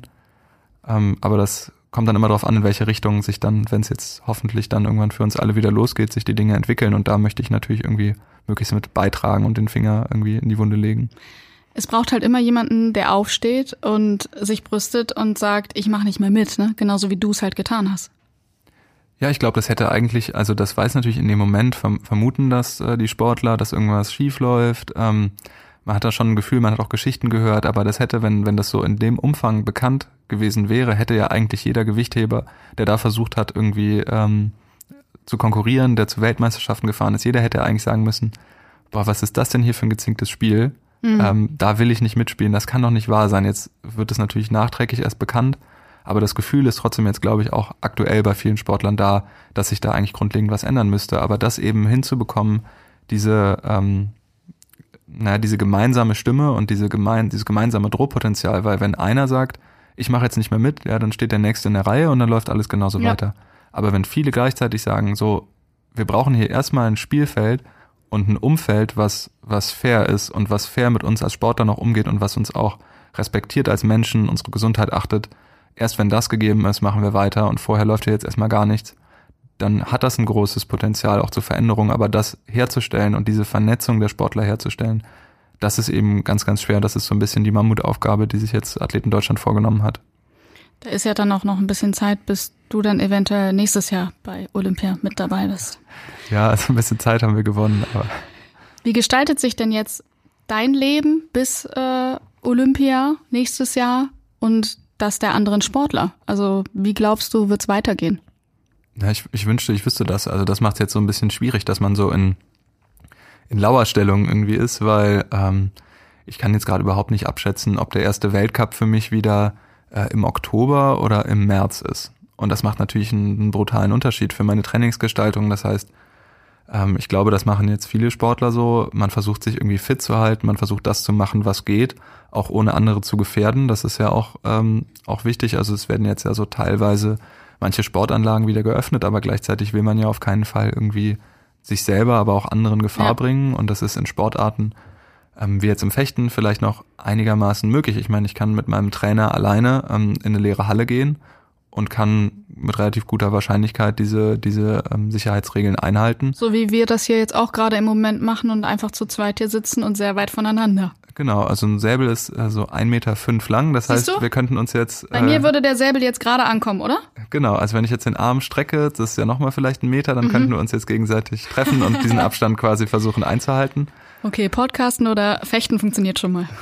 Ähm, aber das kommt dann immer darauf an, in welche Richtung sich dann, wenn es jetzt hoffentlich dann irgendwann für uns alle wieder losgeht, sich die Dinge entwickeln. Und da möchte ich natürlich irgendwie möglichst mit beitragen und den Finger irgendwie in die Wunde legen. Es braucht halt immer jemanden, der aufsteht und sich brüstet und sagt, ich mache nicht mehr mit, ne? Genauso wie du es halt getan hast. Ja, ich glaube, das hätte eigentlich, also das weiß natürlich in dem Moment, verm- vermuten das äh, die Sportler, dass irgendwas schief läuft. Ähm, man hat da schon ein Gefühl, man hat auch Geschichten gehört, aber das hätte, wenn wenn das so in dem Umfang bekannt gewesen wäre, hätte ja eigentlich jeder Gewichtheber, der da versucht hat, irgendwie ähm, zu konkurrieren, der zu Weltmeisterschaften gefahren ist, jeder hätte eigentlich sagen müssen, boah, was ist das denn hier für ein gezinktes Spiel? Mhm. Ähm, da will ich nicht mitspielen, das kann doch nicht wahr sein. Jetzt wird es natürlich nachträglich erst bekannt. Aber das Gefühl ist trotzdem jetzt, glaube ich, auch aktuell bei vielen Sportlern da, dass sich da eigentlich grundlegend was ändern müsste. Aber das eben hinzubekommen, diese, ähm, naja, diese gemeinsame Stimme und diese gemein, dieses gemeinsame Drohpotenzial, weil wenn einer sagt, ich mache jetzt nicht mehr mit, ja, dann steht der Nächste in der Reihe und dann läuft alles genauso ja. weiter. Aber wenn viele gleichzeitig sagen, so, wir brauchen hier erstmal ein Spielfeld und ein Umfeld, was, was fair ist und was fair mit uns als Sportler noch umgeht und was uns auch respektiert als Menschen, unsere Gesundheit achtet, erst wenn das gegeben ist, machen wir weiter und vorher läuft hier jetzt erstmal gar nichts, dann hat das ein großes Potenzial auch zur Veränderung, aber das herzustellen und diese Vernetzung der Sportler herzustellen, das ist eben ganz, ganz schwer. Das ist so ein bisschen die Mammutaufgabe, die sich jetzt Athleten Deutschland vorgenommen hat. Da ist ja dann auch noch ein bisschen Zeit, bis du dann eventuell nächstes Jahr bei Olympia mit dabei bist. Ja, also ein bisschen Zeit haben wir gewonnen. Aber wie gestaltet sich denn jetzt dein Leben bis äh, Olympia nächstes Jahr und das der anderen Sportler? Also wie glaubst du, wird's weitergehen? Ja, ich, ich wünschte, ich wüsste das. Also das macht es jetzt so ein bisschen schwierig, dass man so in, in Lauerstellung irgendwie ist, weil ähm, ich kann jetzt gerade überhaupt nicht abschätzen, ob der erste Weltcup für mich wieder äh, im Oktober oder im März ist. Und das macht natürlich einen, einen brutalen Unterschied für meine Trainingsgestaltung. Das heißt, ähm, ich glaube, das machen jetzt viele Sportler so. Man versucht sich irgendwie fit zu halten, man versucht das zu machen, was geht, auch ohne andere zu gefährden. Das ist ja auch ähm, auch wichtig. Also es werden jetzt ja so teilweise manche Sportanlagen wieder geöffnet, aber gleichzeitig will man ja auf keinen Fall irgendwie sich selber, aber auch anderen Gefahr ja. bringen. Und das ist in Sportarten ähm, wie jetzt im Fechten vielleicht noch einigermaßen möglich. Ich meine, ich kann mit meinem Trainer alleine ähm, in eine leere Halle gehen und kann mit relativ guter Wahrscheinlichkeit diese diese ähm, Sicherheitsregeln einhalten. So wie wir das hier jetzt auch gerade im Moment machen und einfach zu zweit hier sitzen und sehr weit voneinander. Genau, also ein Säbel ist äh, so ein Meter fünf lang, das Siehst heißt, du? wir könnten uns jetzt... Bei äh, mir würde der Säbel jetzt gerade ankommen, oder? Genau, also wenn ich jetzt den Arm strecke, das ist ja nochmal vielleicht ein Meter, dann mhm. könnten wir uns jetzt gegenseitig treffen und diesen Abstand quasi versuchen einzuhalten. Okay, Podcasten oder Fechten funktioniert schon mal.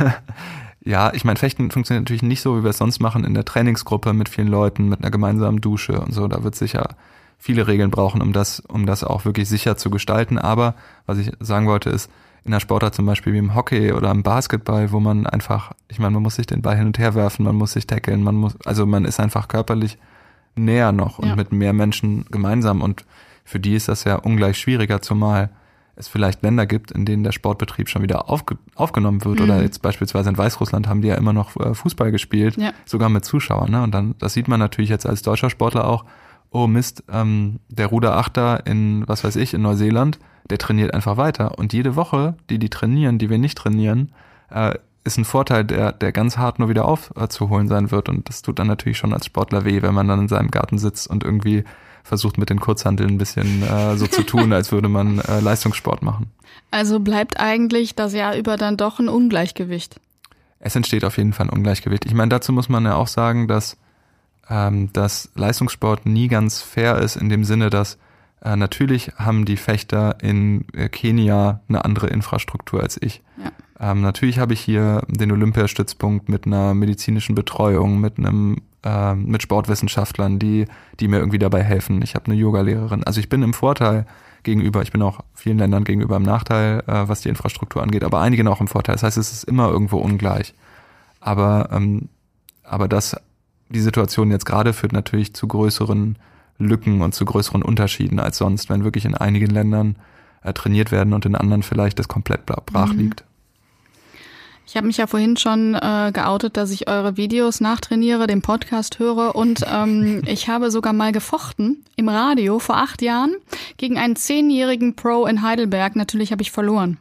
Ja, ich meine, Fechten funktioniert natürlich nicht so, wie wir es sonst machen, in der Trainingsgruppe mit vielen Leuten, mit einer gemeinsamen Dusche und so. Da wird sicher viele Regeln brauchen, um das, um das auch wirklich sicher zu gestalten. Aber was ich sagen wollte ist, in einer Sportart zum Beispiel wie im Hockey oder im Basketball, wo man einfach, ich meine, man muss sich den Ball hin und her werfen, man muss sich tackeln, man muss, also man ist einfach körperlich näher noch und ja. mit mehr Menschen gemeinsam und für die ist das ja ungleich schwieriger, zumal es vielleicht Länder gibt, in denen der Sportbetrieb schon wieder aufge- aufgenommen wird mhm. oder jetzt beispielsweise in Weißrussland haben die ja immer noch äh, Fußball gespielt, ja. sogar mit Zuschauern, ne? Und dann, das sieht man natürlich jetzt als deutscher Sportler auch, oh Mist, ähm, der Ruderachter in, was weiß ich, in Neuseeland, der trainiert einfach weiter und jede Woche, die die trainieren, die wir nicht trainieren, äh, ist ein Vorteil, der, der ganz hart nur wieder aufzuholen sein wird und das tut dann natürlich schon als Sportler weh, wenn man dann in seinem Garten sitzt und irgendwie versucht mit den Kurzhanteln ein bisschen äh, so zu tun, als würde man äh, Leistungssport machen. Also bleibt eigentlich das Jahr über dann doch ein Ungleichgewicht? Es entsteht auf jeden Fall ein Ungleichgewicht. Ich meine, dazu muss man ja auch sagen, dass, ähm, dass Leistungssport nie ganz fair ist in dem Sinne, dass äh, natürlich haben die Fechter in äh, Kenia eine andere Infrastruktur als ich. Ja. Ähm, natürlich habe ich hier den Olympiastützpunkt mit einer medizinischen Betreuung, mit einem äh, mit Sportwissenschaftlern, die die mir irgendwie dabei helfen. Ich habe eine Yogalehrerin. Also ich bin im Vorteil gegenüber, ich bin auch vielen Ländern gegenüber im Nachteil, äh, was die Infrastruktur angeht, aber einigen auch im Vorteil. Das heißt, es ist immer irgendwo ungleich. Aber ähm, aber das die Situation jetzt gerade führt natürlich zu größeren Lücken und zu größeren Unterschieden als sonst, wenn wirklich in einigen Ländern äh, trainiert werden und in anderen vielleicht das komplett brach liegt. Ich habe mich ja vorhin schon äh, geoutet, dass ich eure Videos nachtrainiere, den Podcast höre und ähm, ich habe sogar mal gefochten im Radio vor acht Jahren gegen einen zehnjährigen Pro in Heidelberg. Natürlich habe ich verloren.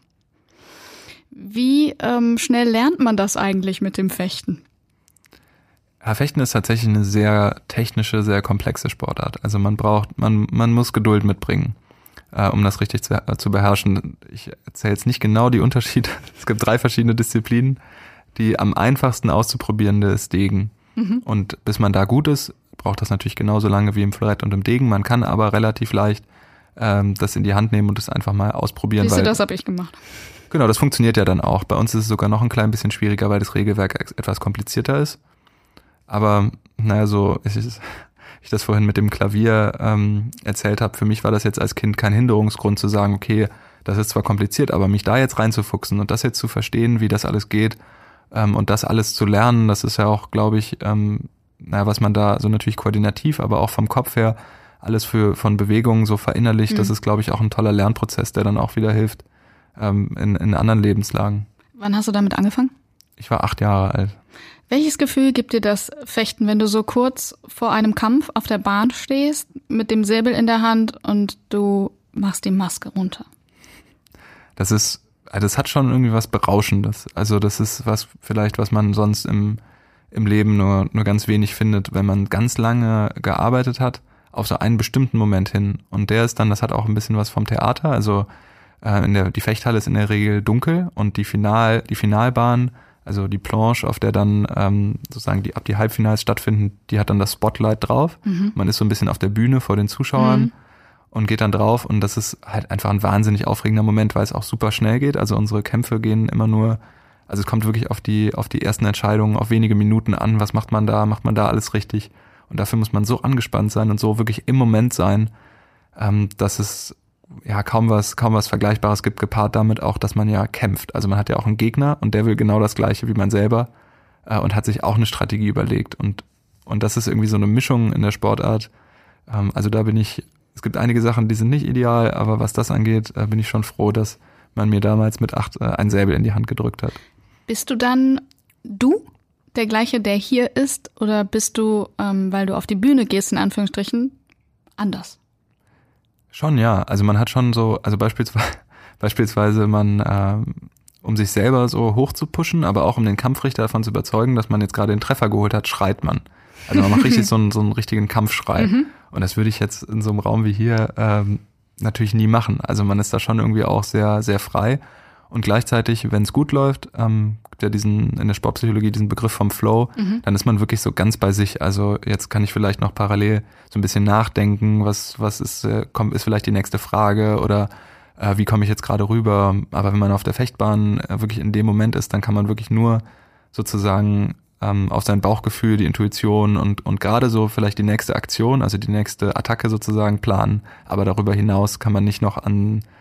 Wie ähm, schnell lernt man das eigentlich mit dem Fechten? Ja, Fechten ist tatsächlich eine sehr technische, sehr komplexe Sportart. Also man braucht, man man muss Geduld mitbringen, äh, um das richtig zu, äh, zu beherrschen. Ich erzähle jetzt nicht genau die Unterschiede. Es gibt drei verschiedene Disziplinen. Die am einfachsten auszuprobierende ist Degen. Mhm. Und bis man da gut ist, braucht das natürlich genauso lange wie im Florett und im Degen. Man kann aber relativ leicht ähm, das in die Hand nehmen und das einfach mal ausprobieren. Siehst du, weil, das habe ich gemacht. Genau, das funktioniert ja dann auch. Bei uns ist es sogar noch ein klein bisschen schwieriger, weil das Regelwerk etwas komplizierter ist. Aber naja, so ist es, ich das vorhin mit dem Klavier ähm, erzählt habe, für mich war das jetzt als Kind kein Hinderungsgrund zu sagen, okay, das ist zwar kompliziert, aber mich da jetzt reinzufuchsen und das jetzt zu verstehen, wie das alles geht ähm, und das alles zu lernen, das ist ja auch, glaube ich, ähm, naja, was man da so natürlich koordinativ, aber auch vom Kopf her alles für von Bewegungen so verinnerlicht, mhm. das ist, glaube ich, auch ein toller Lernprozess, der dann auch wieder hilft ähm, in, in anderen Lebenslagen. Wann hast du damit angefangen? Ich war acht Jahre alt. Welches Gefühl gibt dir das Fechten, wenn du so kurz vor einem Kampf auf der Bahn stehst, mit dem Säbel in der Hand und du machst die Maske runter? Das ist, das hat schon irgendwie was Berauschendes. Also das ist was vielleicht, was man sonst im, im Leben nur, nur ganz wenig findet, wenn man ganz lange gearbeitet hat, auf so einen bestimmten Moment hin. Und der ist dann, das hat auch ein bisschen was vom Theater. Also äh, in der, die Fechthalle ist in der Regel dunkel und die Final, die Finalbahn, also die Planche, auf der dann ähm, sozusagen die ab die Halbfinals stattfinden, die hat dann das Spotlight drauf. Mhm. Man ist so ein bisschen auf der Bühne vor den Zuschauern mhm. und geht dann drauf und das ist halt einfach ein wahnsinnig aufregender Moment, weil es auch super schnell geht. Also unsere Kämpfe gehen immer nur, also es kommt wirklich auf die auf die ersten Entscheidungen, auf wenige Minuten an. Was macht man da? Macht man da alles richtig? Und dafür muss man so angespannt sein und so wirklich im Moment sein, ähm, dass es ja kaum was kaum was Vergleichbares gibt, gepaart damit auch, dass man ja kämpft. Also man hat ja auch einen Gegner und der will genau das Gleiche wie man selber äh, und hat sich auch eine Strategie überlegt. Und und das ist irgendwie so eine Mischung in der Sportart. Ähm, also da bin ich, es gibt einige Sachen, die sind nicht ideal, aber was das angeht, äh, bin ich schon froh, dass man mir damals mit acht äh, ein Säbel in die Hand gedrückt hat. Bist du dann du, der gleiche, der hier ist, oder bist du, ähm, weil du auf die Bühne gehst, in Anführungsstrichen, anders? Schon, ja. Also man hat schon so, also beispielsweise, beispielsweise man, ähm, um sich selber so hoch zu pushen, aber auch um den Kampfrichter davon zu überzeugen, dass man jetzt gerade den Treffer geholt hat, schreit man. Also man macht richtig so einen, so einen richtigen Kampfschrei. Mhm. Und das würde ich jetzt in so einem Raum wie hier ähm, natürlich nie machen. Also man ist da schon irgendwie auch sehr, sehr frei. Und gleichzeitig, wenn es gut läuft, ähm, gibt ja diesen, in der Sportpsychologie diesen Begriff vom Flow, mhm. dann ist man wirklich so ganz bei sich. Also jetzt kann ich vielleicht noch parallel so ein bisschen nachdenken, was, was ist, äh, kommt, ist vielleicht die nächste Frage oder äh, wie komme ich jetzt gerade rüber. Aber wenn man auf der Fechtbahn äh, wirklich in dem Moment ist, dann kann man wirklich nur sozusagen ähm, auf sein Bauchgefühl, die Intuition und, und gerade so vielleicht die nächste Aktion, also die nächste Attacke sozusagen planen. Aber darüber hinaus kann man nicht noch an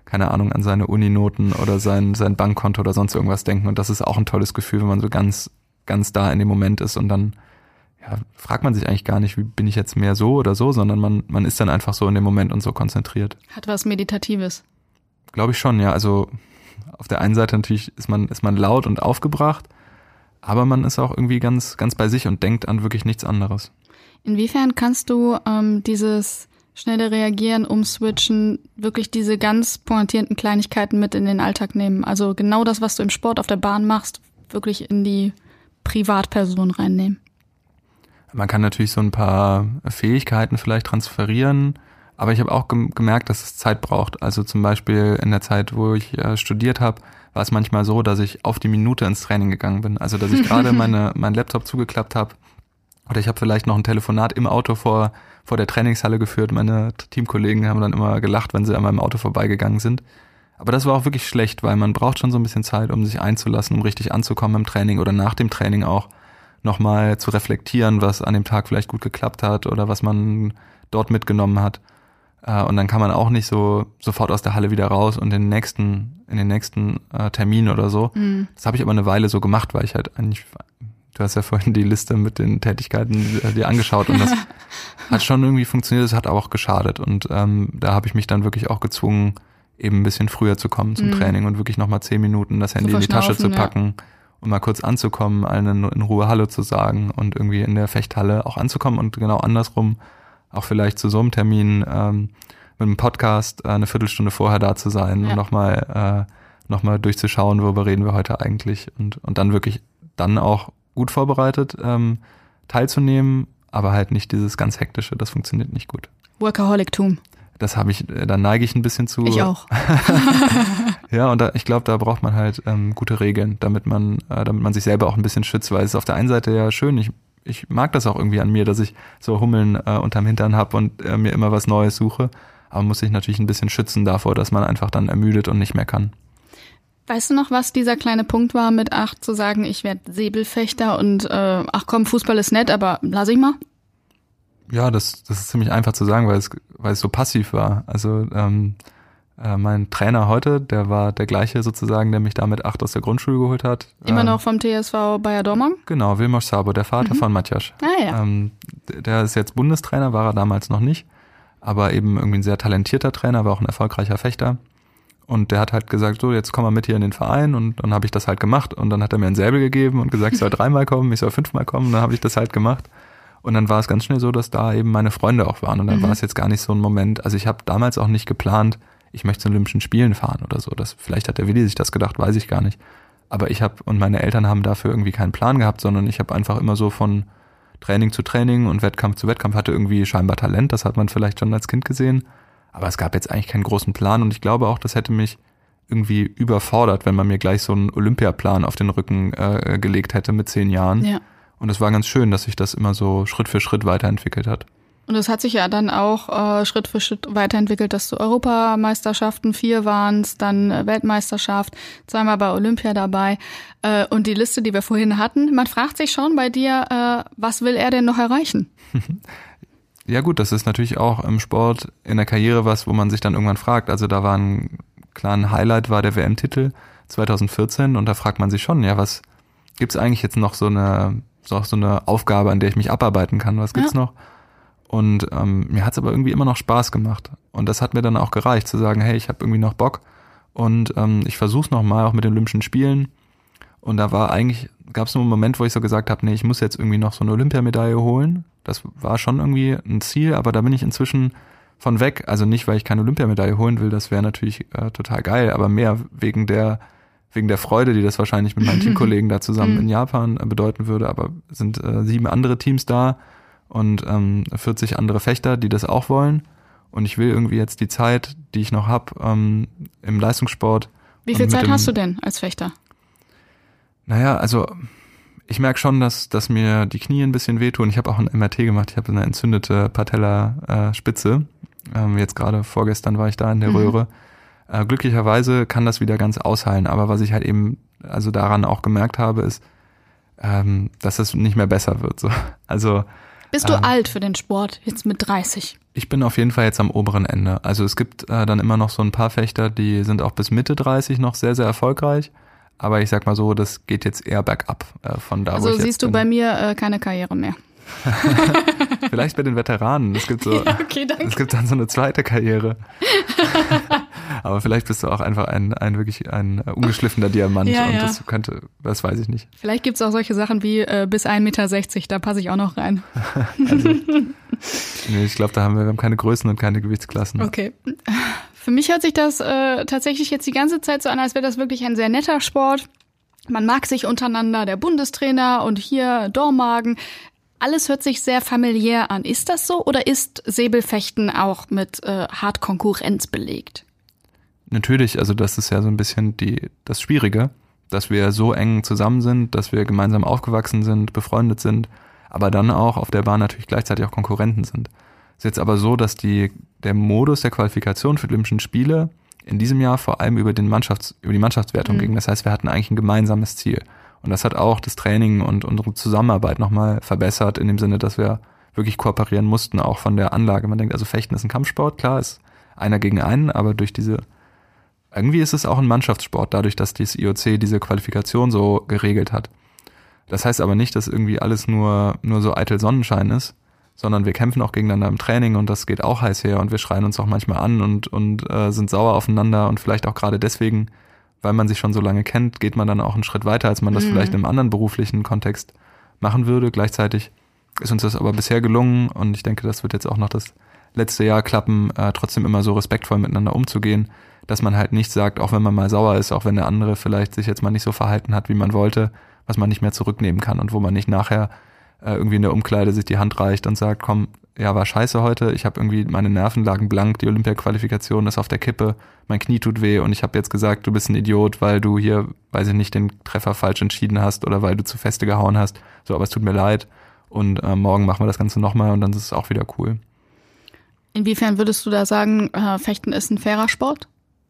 keine Ahnung, an seine Uninoten oder sein, sein Bankkonto oder sonst irgendwas denken. Und das ist auch ein tolles Gefühl, wenn man so ganz, ganz da in dem Moment ist und dann ja, fragt man sich eigentlich gar nicht, wie bin ich jetzt mehr so oder so, sondern man, man ist dann einfach so in dem Moment und so konzentriert. Hat was Meditatives. Glaube ich schon, ja. Also auf der einen Seite natürlich ist man, ist man laut und aufgebracht, aber man ist auch irgendwie ganz, ganz bei sich und denkt an wirklich nichts anderes. Inwiefern kannst du ähm, dieses schnelle Reagieren, Umswitchen, wirklich diese ganz pointierten Kleinigkeiten mit in den Alltag nehmen? Also genau das, was du im Sport auf der Bahn machst, wirklich in die Privatperson reinnehmen? Man kann natürlich so ein paar Fähigkeiten vielleicht transferieren, aber ich habe auch gem- gemerkt, dass es Zeit braucht. Also zum Beispiel in der Zeit, wo ich äh, studiert habe, war es manchmal so, dass ich auf die Minute ins Training gegangen bin. Also dass ich gerade meine meinen Laptop zugeklappt habe oder ich habe vielleicht noch ein Telefonat im Auto vor vor der Trainingshalle geführt. Meine Teamkollegen haben dann immer gelacht, wenn sie an meinem Auto vorbeigegangen sind. Aber das war auch wirklich schlecht, weil man braucht schon so ein bisschen Zeit, um sich einzulassen, um richtig anzukommen im Training oder nach dem Training auch nochmal zu reflektieren, was an dem Tag vielleicht gut geklappt hat oder was man dort mitgenommen hat. Und dann kann man auch nicht so sofort aus der Halle wieder raus und in den nächsten, in den nächsten äh, Termin oder so. Mhm. Das habe ich aber eine Weile so gemacht, weil ich halt eigentlich, du hast ja vorhin die Liste mit den Tätigkeiten äh, dir angeschaut und das hat schon irgendwie funktioniert, es hat aber auch geschadet. Und ähm, da habe ich mich dann wirklich auch gezwungen, eben ein bisschen früher zu kommen zum mhm. Training und wirklich nochmal zehn Minuten das Handy in die Tasche zu packen. Ja. Und mal kurz anzukommen, allen in Ruhe Hallo zu sagen und irgendwie in der Fechthalle auch anzukommen und genau andersrum auch vielleicht zu so einem Termin ähm, mit einem Podcast äh, eine Viertelstunde vorher da zu sein ja. und nochmal äh, noch mal durchzuschauen, worüber reden wir heute eigentlich und und dann wirklich dann auch gut vorbereitet ähm, teilzunehmen, aber halt nicht dieses ganz Hektische, das funktioniert nicht gut. Workaholic-Tum. Das habe ich, da neige ich ein bisschen zu. Ich auch. Ja, und da, ich glaube, da braucht man halt ähm, gute Regeln, damit man, äh, damit man sich selber auch ein bisschen schützt, weil es ist auf der einen Seite ja schön, ich, ich mag das auch irgendwie an mir, dass ich so Hummeln äh, unterm Hintern habe und äh, mir immer was Neues suche, aber muss sich natürlich ein bisschen schützen davor, dass man einfach dann ermüdet und nicht mehr kann. Weißt du noch, was dieser kleine Punkt war mit acht, zu sagen, ich werde Säbelfechter und äh, ach komm, Fußball ist nett, aber lass ich mal? Ja, das, das ist ziemlich einfach zu sagen, weil es, weil es so passiv war. Also ähm, äh, mein Trainer heute, der war der gleiche sozusagen, der mich da mit acht aus der Grundschule geholt hat. Immer ähm, noch vom T S V Bayer Dortmund? Genau, Vilmos Sabo, der Vater mhm. von Matjasch. Ah ja. Ähm, der ist jetzt Bundestrainer, war er damals noch nicht, aber eben irgendwie ein sehr talentierter Trainer, war auch ein erfolgreicher Fechter. Und der hat halt gesagt, so, jetzt komm mal mit hier in den Verein. Und dann habe ich das halt gemacht. Und dann hat er mir ein Säbel gegeben und gesagt, ich soll dreimal kommen, ich soll fünfmal kommen. Und dann habe ich das halt gemacht. Und dann war es ganz schnell so, dass da eben meine Freunde auch waren. Und dann mhm. war es jetzt gar nicht so ein Moment. Also ich habe damals auch nicht geplant, ich möchte zu den Olympischen Spielen fahren oder so. Das, vielleicht hat der Willi sich das gedacht, weiß ich gar nicht. Aber ich habe, und meine Eltern haben dafür irgendwie keinen Plan gehabt, sondern ich habe einfach immer so von Training zu Training und Wettkampf zu Wettkampf, hatte irgendwie scheinbar Talent. Das hat man vielleicht schon als Kind gesehen. Aber es gab jetzt eigentlich keinen großen Plan. Und ich glaube auch, das hätte mich irgendwie überfordert, wenn man mir gleich so einen Olympiaplan auf den Rücken äh, gelegt hätte mit zehn Jahren. Ja. Und es war ganz schön, dass sich das immer so Schritt für Schritt weiterentwickelt hat. Und es hat sich ja dann auch äh, Schritt für Schritt weiterentwickelt, dass du Europameisterschaften, vier waren's, dann äh, Weltmeisterschaft, zweimal bei Olympia dabei. Äh, und die Liste, die wir vorhin hatten, man fragt sich schon bei dir, äh, was will er denn noch erreichen? Ja gut, das ist natürlich auch im Sport in der Karriere was, wo man sich dann irgendwann fragt. Also da war ein klaren Highlight, war der W M-Titel zwanzig vierzehn und da fragt man sich schon, ja, was gibt's eigentlich jetzt noch so eine so, so eine Aufgabe, an der ich mich abarbeiten kann, was gibt's ja. noch? Und ähm, mir hat's aber irgendwie immer noch Spaß gemacht und das hat mir dann auch gereicht, zu sagen, hey, ich habe irgendwie noch Bock und ähm, ich versuch's nochmal, auch mit den Olympischen Spielen. Und da war eigentlich, gab's nur einen Moment, wo ich so gesagt habe, nee, ich muss jetzt irgendwie noch so eine Olympiamedaille holen. Das war schon irgendwie ein Ziel, aber da bin ich inzwischen von weg. Also nicht, weil ich keine Olympiamedaille holen will, das wäre natürlich äh, total geil, aber mehr wegen der wegen der Freude, die das wahrscheinlich mit meinen Teamkollegen da zusammen in Japan äh, bedeuten würde. Aber es sind äh, sieben andere Teams da und ähm, vierzig andere Fechter, die das auch wollen. Und ich will irgendwie jetzt die Zeit, die ich noch habe ähm, im Leistungssport. Wie viel Zeit dem, hast du denn als Fechter? Naja, also ich merke schon, dass dass mir die Knie ein bisschen wehtun. Ich habe auch ein M R T gemacht. Ich habe eine entzündete Patella-Spitze. Ähm, jetzt gerade vorgestern war ich da in der mhm. Röhre. Äh, glücklicherweise kann das wieder ganz ausheilen. Aber was ich halt eben also daran auch gemerkt habe, ist, ähm, dass es nicht mehr besser wird. So. Also Bist du ähm, alt für den Sport, jetzt mit dreißig? Ich bin auf jeden Fall jetzt am oberen Ende. Also es gibt äh, dann immer noch so ein paar Fechter, die sind auch bis Mitte dreißig noch sehr, sehr erfolgreich. Aber ich sag mal so, das geht jetzt eher bergab äh, von da, also wo ich jetzt siehst du bin. bei mir äh, keine Karriere mehr. Vielleicht bei den Veteranen. Es gibt so, ja, okay, danke. Es gibt dann so eine zweite Karriere. Aber vielleicht bist du auch einfach ein, ein wirklich ein ungeschliffener Diamant ja, und ja. das könnte, das weiß ich nicht. Vielleicht gibt's auch solche Sachen wie äh, bis ein Meter sechzig, da passe ich auch noch rein. Also, nee, ich glaube, da haben wir, wir haben keine Größen und keine Gewichtsklassen. Okay. Für mich hört sich das äh, tatsächlich jetzt die ganze Zeit so an, als wäre das wirklich ein sehr netter Sport. Man mag sich untereinander, der Bundestrainer und hier Dormagen. Alles hört sich sehr familiär an. Ist das so oder ist Säbelfechten auch mit äh, hart Konkurrenz belegt? Natürlich, also das ist ja so ein bisschen die das Schwierige, dass wir so eng zusammen sind, dass wir gemeinsam aufgewachsen sind, befreundet sind, aber dann auch auf der Bahn natürlich gleichzeitig auch Konkurrenten sind. Es ist jetzt aber so, dass die der Modus der Qualifikation für die Olympischen Spiele in diesem Jahr vor allem über den Mannschafts über die Mannschaftswertung mhm. ging. Das heißt, wir hatten eigentlich ein gemeinsames Ziel. Und das hat auch das Training und unsere Zusammenarbeit nochmal verbessert, in dem Sinne, dass wir wirklich kooperieren mussten, auch von der Anlage. Man denkt, also Fechten ist ein Kampfsport, klar, ist einer gegen einen, aber durch diese, irgendwie ist es auch ein Mannschaftssport, dadurch, dass das I O C diese Qualifikation so geregelt hat. Das heißt aber nicht, dass irgendwie alles nur, nur so eitel Sonnenschein ist, sondern wir kämpfen auch gegeneinander im Training und das geht auch heiß her und wir schreien uns auch manchmal an und, und äh, sind sauer aufeinander und vielleicht auch gerade deswegen, weil man sich schon so lange kennt, geht man dann auch einen Schritt weiter, als man das mhm. vielleicht in einem anderen beruflichen Kontext machen würde. Gleichzeitig ist uns das aber bisher gelungen und ich denke, das wird jetzt auch noch das letzte Jahr klappen, äh, trotzdem immer so respektvoll miteinander umzugehen, dass man halt nicht sagt, auch wenn man mal sauer ist, auch wenn der andere vielleicht sich jetzt mal nicht so verhalten hat, wie man wollte, was man nicht mehr zurücknehmen kann und wo man nicht nachher äh, irgendwie in der Umkleide sich die Hand reicht und sagt, komm, ja, war scheiße heute, ich habe irgendwie, meine Nerven lagen blank, die Olympia-Qualifikation ist auf der Kippe, mein Knie tut weh und ich habe jetzt gesagt, du bist ein Idiot, weil du hier, weiß ich nicht, den Treffer falsch entschieden hast oder weil du zu feste gehauen hast, so, aber es tut mir leid und äh, morgen machen wir das Ganze nochmal und dann ist es auch wieder cool. Inwiefern würdest du da sagen, äh, Fechten ist ein fairer Sport?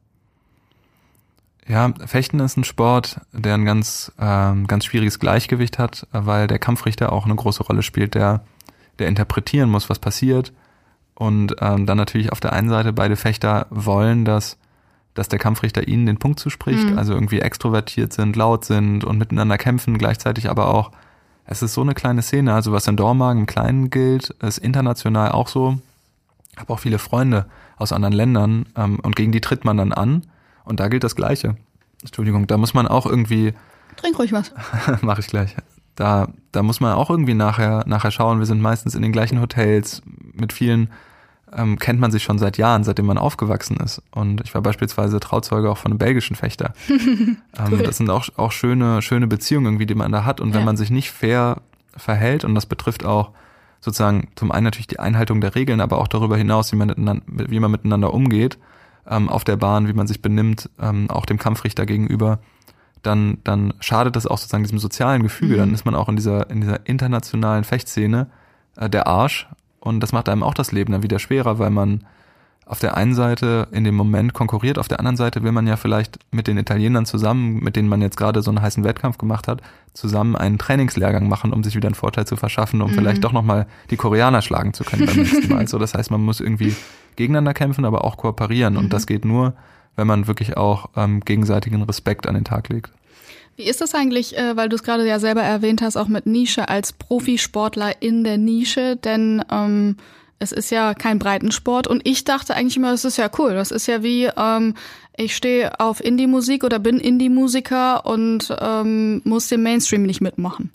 Ja, Fechten ist ein Sport, der ein ganz, ähm, ganz schwieriges Gleichgewicht hat, weil der Kampfrichter auch eine große Rolle spielt, der der interpretieren muss, was passiert und ähm, dann natürlich auf der einen Seite beide Fechter wollen, dass dass der Kampfrichter ihnen den Punkt zuspricht, mhm. also irgendwie extrovertiert sind, laut sind und miteinander kämpfen, gleichzeitig aber auch, es ist so eine kleine Szene, also was in Dormagen im Kleinen gilt, ist international auch so. Ich habe auch viele Freunde aus anderen Ländern ähm, und gegen die tritt man dann an und da gilt das Gleiche. Entschuldigung, da muss man auch irgendwie... Trink ruhig was. Mache ich gleich. Da, da muss man auch irgendwie nachher, nachher schauen. Wir sind meistens in den gleichen Hotels. Mit vielen ähm, kennt man sich schon seit Jahren, seitdem man aufgewachsen ist. Und ich war beispielsweise Trauzeuge auch von einem belgischen Fechter. Cool. ähm, das sind auch, auch schöne, schöne Beziehungen irgendwie, die man da hat. Und wenn ja. man sich nicht fair verhält, und das betrifft auch sozusagen zum einen natürlich die Einhaltung der Regeln, aber auch darüber hinaus, wie man miteinander, wie man miteinander umgeht, ähm, auf der Bahn, wie man sich benimmt, ähm, auch dem Kampfrichter gegenüber, dann dann schadet das auch sozusagen diesem sozialen Gefüge. Mhm. Dann ist man auch in dieser in dieser internationalen Fechtszene äh, der Arsch und das macht einem auch das Leben dann wieder schwerer, weil man auf der einen Seite in dem Moment konkurriert, auf der anderen Seite will man ja vielleicht mit den Italienern zusammen, mit denen man jetzt gerade so einen heißen Wettkampf gemacht hat, zusammen einen Trainingslehrgang machen, um sich wieder einen Vorteil zu verschaffen, um mhm. vielleicht doch nochmal die Koreaner schlagen zu können beim nächsten Mal. Also das heißt, man muss irgendwie gegeneinander kämpfen, aber auch kooperieren und mhm. das geht nur, wenn man wirklich auch ähm, gegenseitigen Respekt an den Tag legt. Wie ist das eigentlich, äh, weil du es gerade ja selber erwähnt hast, auch mit Nische als Profisportler in der Nische, denn ähm, es ist ja kein Breitensport und ich dachte eigentlich immer, das ist ja cool, das ist ja wie, ähm, ich stehe auf Indie-Musik oder bin Indie-Musiker und ähm, muss den Mainstream nicht mitmachen.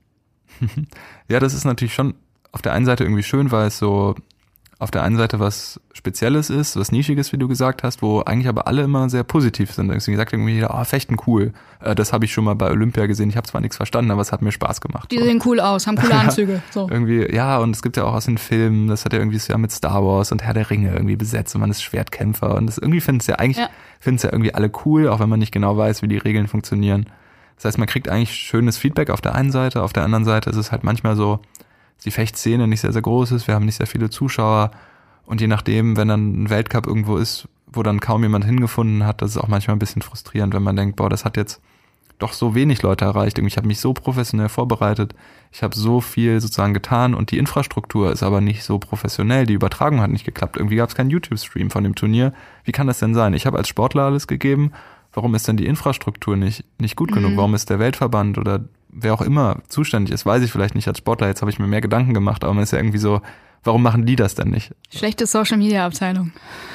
Ja, das ist natürlich schon auf der einen Seite irgendwie schön, weil es so auf der einen Seite was Spezielles ist, was Nischiges, wie du gesagt hast, wo eigentlich aber alle immer sehr positiv sind. Deswegen sagt irgendwie jeder, ah, oh, Fechten cool. Äh, das habe ich schon mal bei Olympia gesehen. Ich habe zwar nichts verstanden, aber es hat mir Spaß gemacht. Die so. Sehen cool aus, haben coole Anzüge. So. Irgendwie, ja, und es gibt ja auch aus den Filmen, das hat ja irgendwie so ja mit Star Wars und Herr der Ringe irgendwie besetzt und man ist Schwertkämpfer und das irgendwie finden es ja eigentlich, ja. finden es ja irgendwie alle cool, auch wenn man nicht genau weiß, wie die Regeln funktionieren. Das heißt, man kriegt eigentlich schönes Feedback auf der einen Seite, auf der anderen Seite ist es halt manchmal so, dass die Fechtszene nicht sehr, sehr groß ist, wir haben nicht sehr viele Zuschauer und je nachdem, wenn dann ein Weltcup irgendwo ist, wo dann kaum jemand hingefunden hat, das ist auch manchmal ein bisschen frustrierend, wenn man denkt, boah, das hat jetzt doch so wenig Leute erreicht. Ich habe mich so professionell vorbereitet, ich habe so viel sozusagen getan und die Infrastruktur ist aber nicht so professionell, die Übertragung hat nicht geklappt. Irgendwie gab es keinen YouTube-Stream von dem Turnier. Wie kann das denn sein? Ich habe als Sportler alles gegeben, warum ist denn die Infrastruktur nicht, nicht gut genug? Mhm. Warum ist der Weltverband oder wer auch immer zuständig ist, weiß ich vielleicht nicht als Sportler. Jetzt habe ich mir mehr Gedanken gemacht, aber man ist ja irgendwie so, warum machen die das denn nicht? Schlechte Social-Media-Abteilung.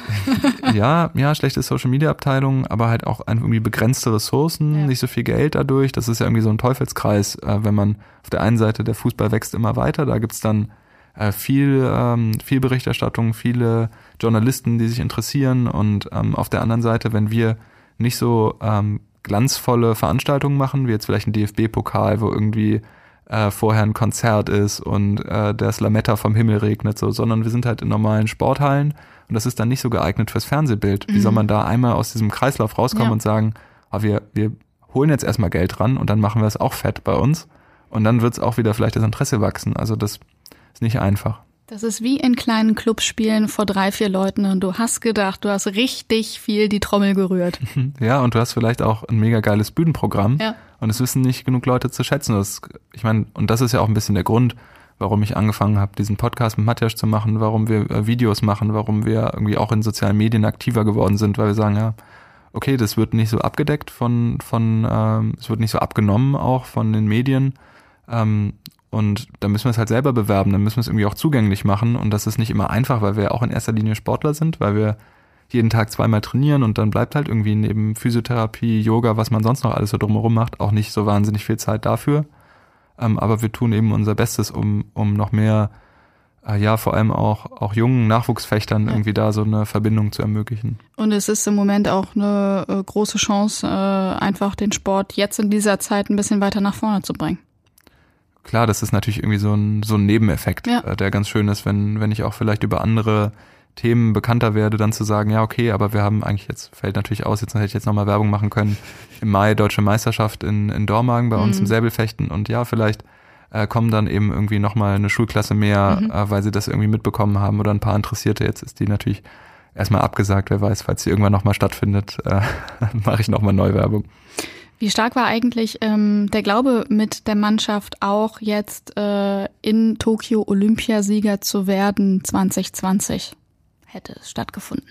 ja, ja, schlechte Social-Media-Abteilung, aber halt auch irgendwie begrenzte Ressourcen, ja. nicht so viel Geld dadurch. Das ist ja irgendwie so ein Teufelskreis, äh, wenn man auf der einen Seite, der Fußball wächst immer weiter, da gibt's dann äh, viel, ähm, viel Berichterstattung, viele Journalisten, die sich interessieren und ähm, auf der anderen Seite, wenn wir nicht so ähm, glanzvolle Veranstaltungen machen, wie jetzt vielleicht ein D F B-Pokal, wo irgendwie äh, vorher ein Konzert ist und äh, der Lametta vom Himmel regnet, so, sondern wir sind halt in normalen Sporthallen und das ist dann nicht so geeignet fürs Fernsehbild. Wie mhm. soll man da einmal aus diesem Kreislauf rauskommen ja. und sagen, oh, wir, wir holen jetzt erstmal Geld ran und dann machen wir es auch fett bei uns und dann wird es auch wieder vielleicht das Interesse wachsen. Also das ist nicht einfach. Das ist wie in kleinen Clubs spielen vor drei, vier Leuten und du hast gedacht, du hast richtig viel die Trommel gerührt. Ja, und du hast vielleicht auch ein mega geiles Bühnenprogramm ja. und es wissen nicht genug Leute zu schätzen. Das, ich meine, und das ist ja auch ein bisschen der Grund, warum ich angefangen habe, diesen Podcast mit Matjaž zu machen, warum wir äh, Videos machen, warum wir irgendwie auch in sozialen Medien aktiver geworden sind, weil wir sagen, ja, okay, das wird nicht so abgedeckt von, von ähm, es wird nicht so abgenommen auch von den Medien, ähm, und da müssen wir es halt selber bewerben, dann müssen wir es irgendwie auch zugänglich machen und das ist nicht immer einfach, weil wir auch in erster Linie Sportler sind, weil wir jeden Tag zweimal trainieren und dann bleibt halt irgendwie neben Physiotherapie, Yoga, was man sonst noch alles so drumherum macht, auch nicht so wahnsinnig viel Zeit dafür. Ähm, aber wir tun eben unser Bestes, um um noch mehr, äh, ja vor allem auch auch jungen Nachwuchsfechtern ja. irgendwie da so eine Verbindung zu ermöglichen. Und es ist im Moment auch eine äh, große Chance, äh, einfach den Sport jetzt in dieser Zeit ein bisschen weiter nach vorne zu bringen. Klar, das ist natürlich irgendwie so ein so ein Nebeneffekt, ja. äh, der ganz schön ist, wenn wenn ich auch vielleicht über andere Themen bekannter werde, dann zu sagen, ja okay, aber wir haben eigentlich, jetzt fällt natürlich aus, jetzt hätte ich jetzt nochmal Werbung machen können, im Mai Deutsche Meisterschaft in in Dormagen bei uns mhm. im Säbelfechten und ja, vielleicht äh, kommen dann eben irgendwie nochmal eine Schulklasse mehr, mhm. äh, weil sie das irgendwie mitbekommen haben oder ein paar Interessierte. Jetzt ist die natürlich erstmal abgesagt, wer weiß, falls sie irgendwann nochmal stattfindet, äh, mache ich nochmal Neuwerbung. Wie stark war eigentlich ähm, der Glaube mit der Mannschaft auch jetzt äh, in Tokio Olympiasieger zu werden zwanzig zwanzig? Hätte es stattgefunden?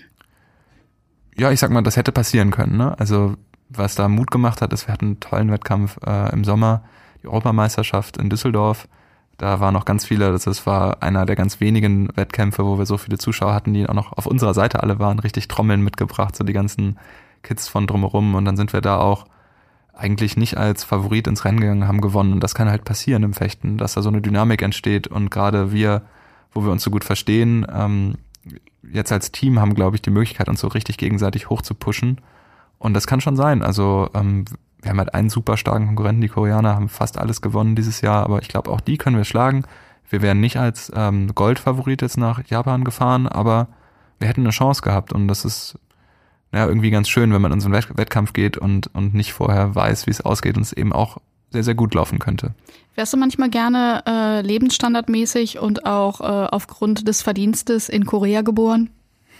Ja, ich sag mal, das hätte passieren können. Ne? Also was da Mut gemacht hat, ist, wir hatten einen tollen Wettkampf äh, im Sommer, die Europameisterschaft in Düsseldorf. Da waren noch ganz viele, das, das war einer der ganz wenigen Wettkämpfe, wo wir so viele Zuschauer hatten, die auch noch auf unserer Seite alle waren, richtig Trommeln mitgebracht, so die ganzen Kids von drumherum. Und dann sind wir da auch eigentlich nicht als Favorit ins Rennen gegangen, haben gewonnen. Und das kann halt passieren im Fechten, dass da so eine Dynamik entsteht. Und gerade wir, wo wir uns so gut verstehen, ähm, jetzt als Team haben, glaube ich, die Möglichkeit, uns so richtig gegenseitig hoch zu pushen. Und das kann schon sein. Also ähm, wir haben halt einen super starken Konkurrenten, die Koreaner haben fast alles gewonnen dieses Jahr, aber ich glaube, auch die können wir schlagen. Wir wären nicht als ähm, Goldfavorit jetzt nach Japan gefahren, aber wir hätten eine Chance gehabt. Und das ist ja irgendwie ganz schön, wenn man in so einen Wett- Wettkampf geht und und nicht vorher weiß, wie es ausgeht und es eben auch sehr, sehr gut laufen könnte. Wärst du manchmal gerne äh, lebensstandardmäßig und auch äh, aufgrund des Verdienstes in Korea geboren?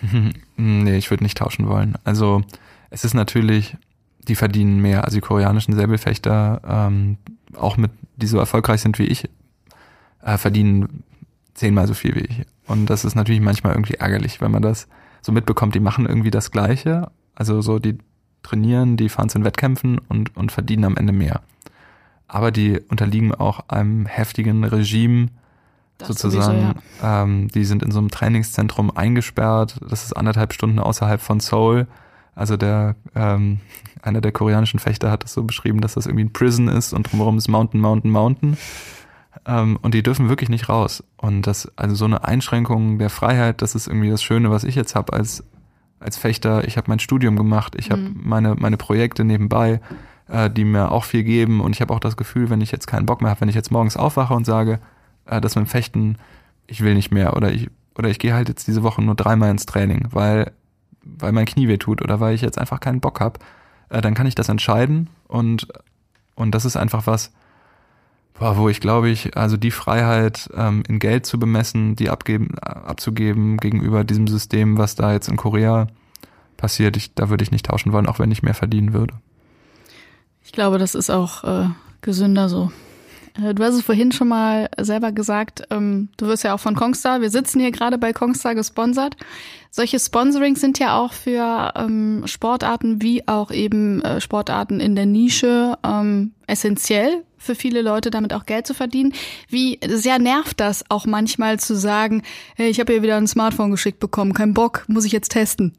Nee, ich würde nicht tauschen wollen. Also es ist natürlich, die verdienen mehr. Also die koreanischen Säbelfechter, ähm, auch mit, die so erfolgreich sind wie ich, äh, verdienen zehnmal so viel wie ich. Und das ist natürlich manchmal irgendwie ärgerlich, wenn man das so mitbekommt, die machen irgendwie das Gleiche. Also so, die trainieren, die fahren zu den Wettkämpfen und, und verdienen am Ende mehr. Aber die unterliegen auch einem heftigen Regime, das sozusagen. Sowieso, ja. ähm, die sind in so einem Trainingszentrum eingesperrt. Das ist anderthalb Stunden außerhalb von Seoul. Also der ähm, einer der koreanischen Fechter hat das so beschrieben, dass das irgendwie ein Prison ist und drumherum ist Mountain, Mountain, Mountain. Ähm, und die dürfen wirklich nicht raus. Und das, also so eine Einschränkung der Freiheit, das ist irgendwie das Schöne, was ich jetzt habe als als Fechter. Ich habe mein Studium gemacht, ich habe mhm. meine meine Projekte nebenbei, äh, die mir auch viel geben. Und ich habe auch das Gefühl, wenn ich jetzt keinen Bock mehr habe, wenn ich jetzt morgens aufwache und sage, äh, das mit dem Fechten, ich will nicht mehr oder ich oder ich gehe halt jetzt diese Woche nur dreimal ins Training, weil weil mein Knie weh tut oder weil ich jetzt einfach keinen Bock habe, äh, dann kann ich das entscheiden und und das ist einfach was, boah, wo ich glaube ich, also die Freiheit ähm, in Geld zu bemessen, die abgeben, abzugeben gegenüber diesem System, was da jetzt in Korea passiert, ich, da würde ich nicht tauschen wollen, auch wenn ich mehr verdienen würde. Ich glaube, das ist auch äh, gesünder so. Äh, du hast es vorhin schon mal selber gesagt, ähm, du wirst ja auch von Kongstar, wir sitzen hier gerade bei Kongstar gesponsert. Solche Sponsorings sind ja auch für ähm, Sportarten wie auch eben äh, Sportarten in der Nische ähm, essentiell für viele Leute, damit auch Geld zu verdienen. Wie sehr nervt das auch manchmal zu sagen, hey, ich habe hier wieder ein Smartphone geschickt bekommen, kein Bock, muss ich jetzt testen?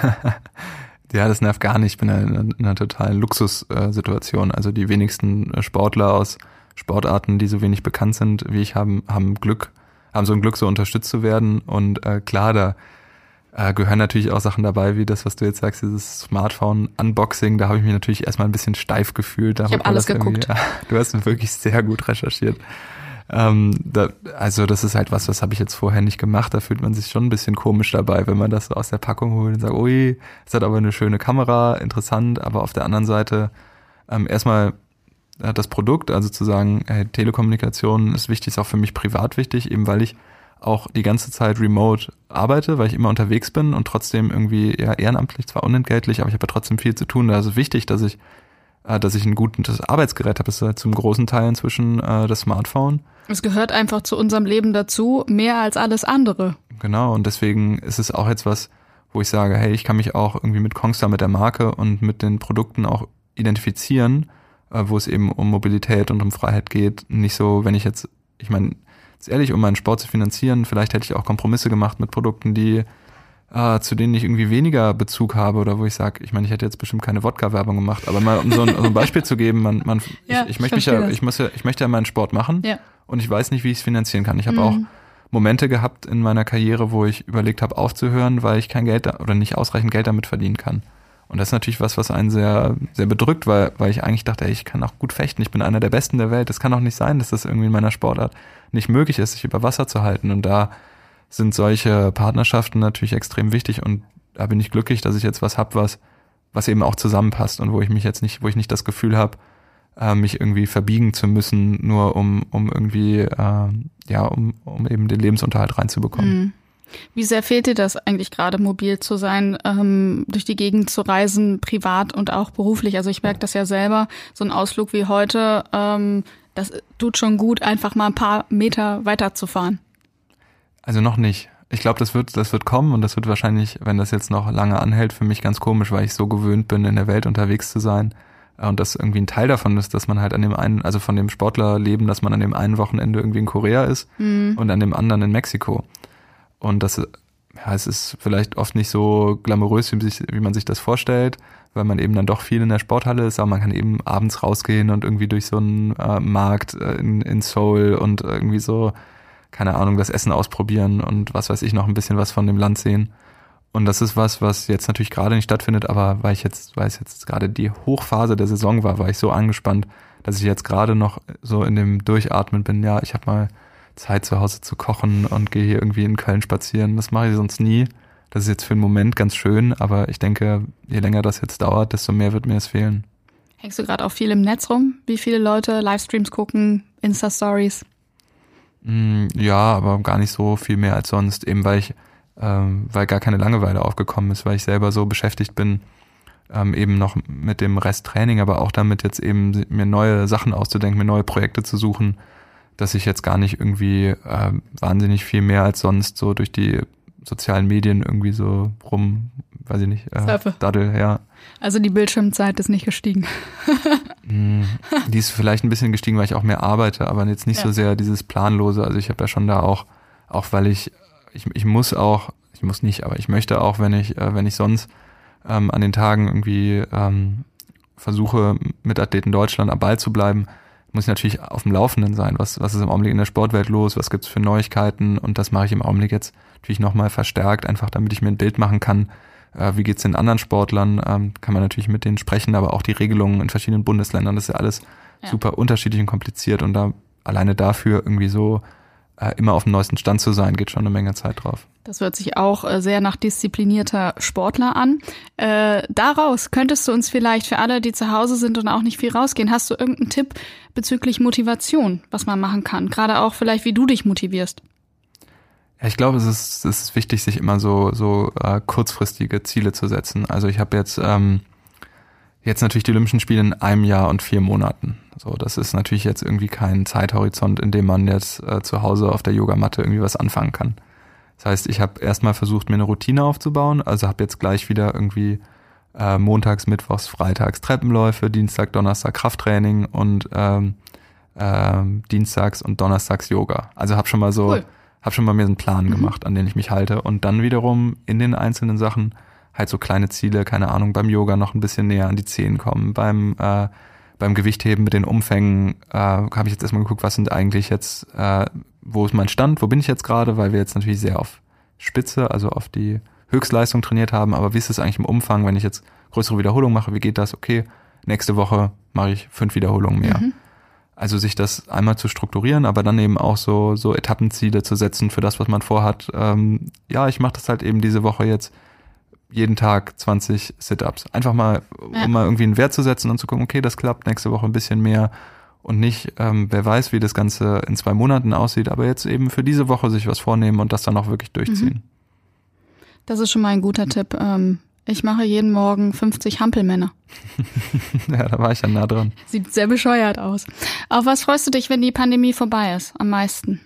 Ja, das nervt gar nicht. Ich bin in einer, in einer totalen Luxussituation. Also die wenigsten Sportler aus Sportarten, die so wenig bekannt sind wie ich, haben haben Glück, haben so ein Glück, so unterstützt zu werden. Und äh, klar, da äh, gehören natürlich auch Sachen dabei, wie das, was du jetzt sagst, dieses Smartphone-Unboxing. Da habe ich mich natürlich erstmal ein bisschen steif gefühlt. Ich habe alles geguckt. Du hast wirklich sehr gut recherchiert. Ähm, da, also das ist halt was, was habe ich jetzt vorher nicht gemacht. Da fühlt man sich schon ein bisschen komisch dabei, wenn man das so aus der Packung holt und sagt, ui, es hat aber eine schöne Kamera, interessant. Aber auf der anderen Seite ähm, erstmal äh, das Produkt, also zu sagen, hey, Telekommunikation ist wichtig, ist auch für mich privat wichtig, eben weil ich auch die ganze Zeit remote arbeite, weil ich immer unterwegs bin und trotzdem irgendwie ja ehrenamtlich, zwar unentgeltlich, aber ich habe ja trotzdem viel zu tun. Da ist es wichtig, dass ich äh, dass ich ein gutes Arbeitsgerät habe. Das ist halt zum großen Teil inzwischen äh, das Smartphone. Es gehört einfach zu unserem Leben dazu, mehr als alles andere. Genau, und deswegen ist es auch jetzt was, wo ich sage, hey, ich kann mich auch irgendwie mit Kongstar, mit der Marke und mit den Produkten auch identifizieren, äh, wo es eben um Mobilität und um Freiheit geht. Nicht so, wenn ich jetzt, ich meine, jetzt ehrlich, um meinen Sport zu finanzieren, vielleicht hätte ich auch Kompromisse gemacht mit Produkten, die äh, zu denen ich irgendwie weniger Bezug habe oder wo ich sage, ich meine, ich hätte jetzt bestimmt keine Wodka-Werbung gemacht, aber mal um so ein, so ein Beispiel zu geben, man, man, ja, ich, ich möchte mich ja, ich muss ja, ich möchte ja meinen Sport machen. Ja. Und ich weiß nicht, wie ich es finanzieren kann. Ich habe mhm. auch Momente gehabt in meiner Karriere, wo ich überlegt habe, aufzuhören, weil ich kein Geld da, oder nicht ausreichend Geld damit verdienen kann. Und das ist natürlich was, was einen sehr, sehr bedrückt, weil, weil ich eigentlich dachte, ey, ich kann auch gut fechten. Ich bin einer der Besten der Welt. Das kann doch nicht sein, dass das irgendwie in meiner Sportart nicht möglich ist, sich über Wasser zu halten. Und da sind solche Partnerschaften natürlich extrem wichtig. Und da bin ich glücklich, dass ich jetzt was habe, was, was eben auch zusammenpasst und wo ich mich jetzt nicht, wo ich nicht das Gefühl habe, mich irgendwie verbiegen zu müssen, nur um um irgendwie äh, ja um um eben den Lebensunterhalt reinzubekommen. Wie sehr fehlt dir das eigentlich gerade, mobil zu sein, ähm, durch die Gegend zu reisen, privat und auch beruflich? Also ich merke das ja selber, so ein Ausflug wie heute, ähm, das tut schon gut, einfach mal ein paar Meter weiterzufahren. Also noch nicht. Ich glaube, das wird das wird kommen und das wird wahrscheinlich, wenn das jetzt noch lange anhält, für mich ganz komisch, weil ich so gewöhnt bin, in der Welt unterwegs zu sein. Und das irgendwie ein Teil davon ist, dass man halt an dem einen, also von dem Sportlerleben, dass man an dem einen Wochenende irgendwie in Korea ist mhm. und an dem anderen in Mexiko. Und das, ja, es ist vielleicht oft nicht so glamourös, wie, sich, wie man sich das vorstellt, weil man eben dann doch viel in der Sporthalle ist, aber man kann eben abends rausgehen und irgendwie durch so einen äh, Markt äh, in, in Seoul und irgendwie so, keine Ahnung, das Essen ausprobieren und was weiß ich, noch ein bisschen was von dem Land sehen. Und das ist was, was jetzt natürlich gerade nicht stattfindet, aber weil ich jetzt, weil es jetzt gerade die Hochphase der Saison war, war ich so angespannt, dass ich jetzt gerade noch so in dem Durchatmen bin. Ja, ich habe mal Zeit zu Hause zu kochen und gehe hier irgendwie in Köln spazieren. Das mache ich sonst nie. Das ist jetzt für den Moment ganz schön, aber ich denke, je länger das jetzt dauert, desto mehr wird mir es fehlen. Hängst du gerade auch viel im Netz rum? Wie viele Leute Livestreams gucken, Insta-Stories? Mm, ja, aber gar nicht so viel mehr als sonst, eben weil ich Ähm, weil gar keine Langeweile aufgekommen ist, weil ich selber so beschäftigt bin, ähm, eben noch mit dem Rest Training, aber auch damit jetzt eben mir neue Sachen auszudenken, mir neue Projekte zu suchen, dass ich jetzt gar nicht irgendwie äh, wahnsinnig viel mehr als sonst so durch die sozialen Medien irgendwie so rum, weiß ich nicht, äh, daddel, ja. Also die Bildschirmzeit ist nicht gestiegen. Die ist vielleicht ein bisschen gestiegen, weil ich auch mehr arbeite, aber jetzt nicht ja. so sehr dieses Planlose. Also ich habe ja schon da auch, auch weil ich Ich, ich muss auch, ich muss nicht, aber ich möchte auch, wenn ich, äh, wenn ich sonst ähm, an den Tagen irgendwie ähm, versuche, mit Athleten Deutschland am Ball zu bleiben, muss ich natürlich auf dem Laufenden sein. Was, was ist im Augenblick in der Sportwelt los? Was gibt's für Neuigkeiten? Und das mache ich im Augenblick jetzt natürlich nochmal verstärkt, einfach damit ich mir ein Bild machen kann. Äh, wie geht's den anderen Sportlern? Ähm, kann man natürlich mit denen sprechen, aber auch die Regelungen in verschiedenen Bundesländern, das ist ja alles ja. super unterschiedlich und kompliziert. Und da alleine dafür irgendwie so immer auf dem neuesten Stand zu sein, geht schon eine Menge Zeit drauf. Das hört sich auch sehr nach disziplinierter Sportler an. Äh, daraus könntest du uns vielleicht für alle, die zu Hause sind und auch nicht viel rausgehen, hast du irgendeinen Tipp bezüglich Motivation, was man machen kann? Gerade auch vielleicht, wie du dich motivierst. Ja, ich glaube, es ist, es ist wichtig, sich immer so, so äh, kurzfristige Ziele zu setzen. Also ich habe jetzt ähm, jetzt natürlich die Olympischen Spiele in einem Jahr und vier Monaten. So, das ist natürlich jetzt irgendwie kein Zeithorizont, in dem man jetzt äh, zu Hause auf der Yogamatte irgendwie was anfangen kann. Das heißt, ich habe erstmal versucht, mir eine Routine aufzubauen, also habe jetzt gleich wieder irgendwie äh, montags, mittwochs, freitags Treppenläufe, Dienstag, Donnerstag Krafttraining und ähm, ähm, dienstags und donnerstags Yoga. Also habe schon mal so, cool. habe schon mal mir einen Plan mhm. gemacht, an den ich mich halte und dann wiederum in den einzelnen Sachen halt so kleine Ziele, keine Ahnung, beim Yoga noch ein bisschen näher an die Zehen kommen, beim äh, beim Gewichtheben mit den Umfängen äh, habe ich jetzt erstmal geguckt, was sind eigentlich jetzt, äh, wo ist mein Stand, wo bin ich jetzt gerade, weil wir jetzt natürlich sehr auf Spitze, also auf die Höchstleistung trainiert haben, aber wie ist es eigentlich im Umfang, wenn ich jetzt größere Wiederholungen mache, wie geht das? Okay, nächste Woche mache ich fünf Wiederholungen mehr. Mhm. Also sich das einmal zu strukturieren, aber dann eben auch so so Etappenziele zu setzen für das, was man vorhat. Ähm, ja, ich mache das halt eben diese Woche jetzt jeden Tag zwanzig Sit-Ups. Einfach mal, ja. um mal irgendwie einen Wert zu setzen und zu gucken, okay, das klappt, nächste Woche ein bisschen mehr und nicht, ähm, wer weiß, wie das Ganze in zwei Monaten aussieht, aber jetzt eben für diese Woche sich was vornehmen und das dann auch wirklich durchziehen. Das ist schon mal ein guter Tipp. Ähm, ich mache jeden Morgen fünfzig Hampelmänner. Ja, da war ich ja nah dran. Sieht sehr bescheuert aus. Auf was freust du dich, wenn die Pandemie vorbei ist, am meisten?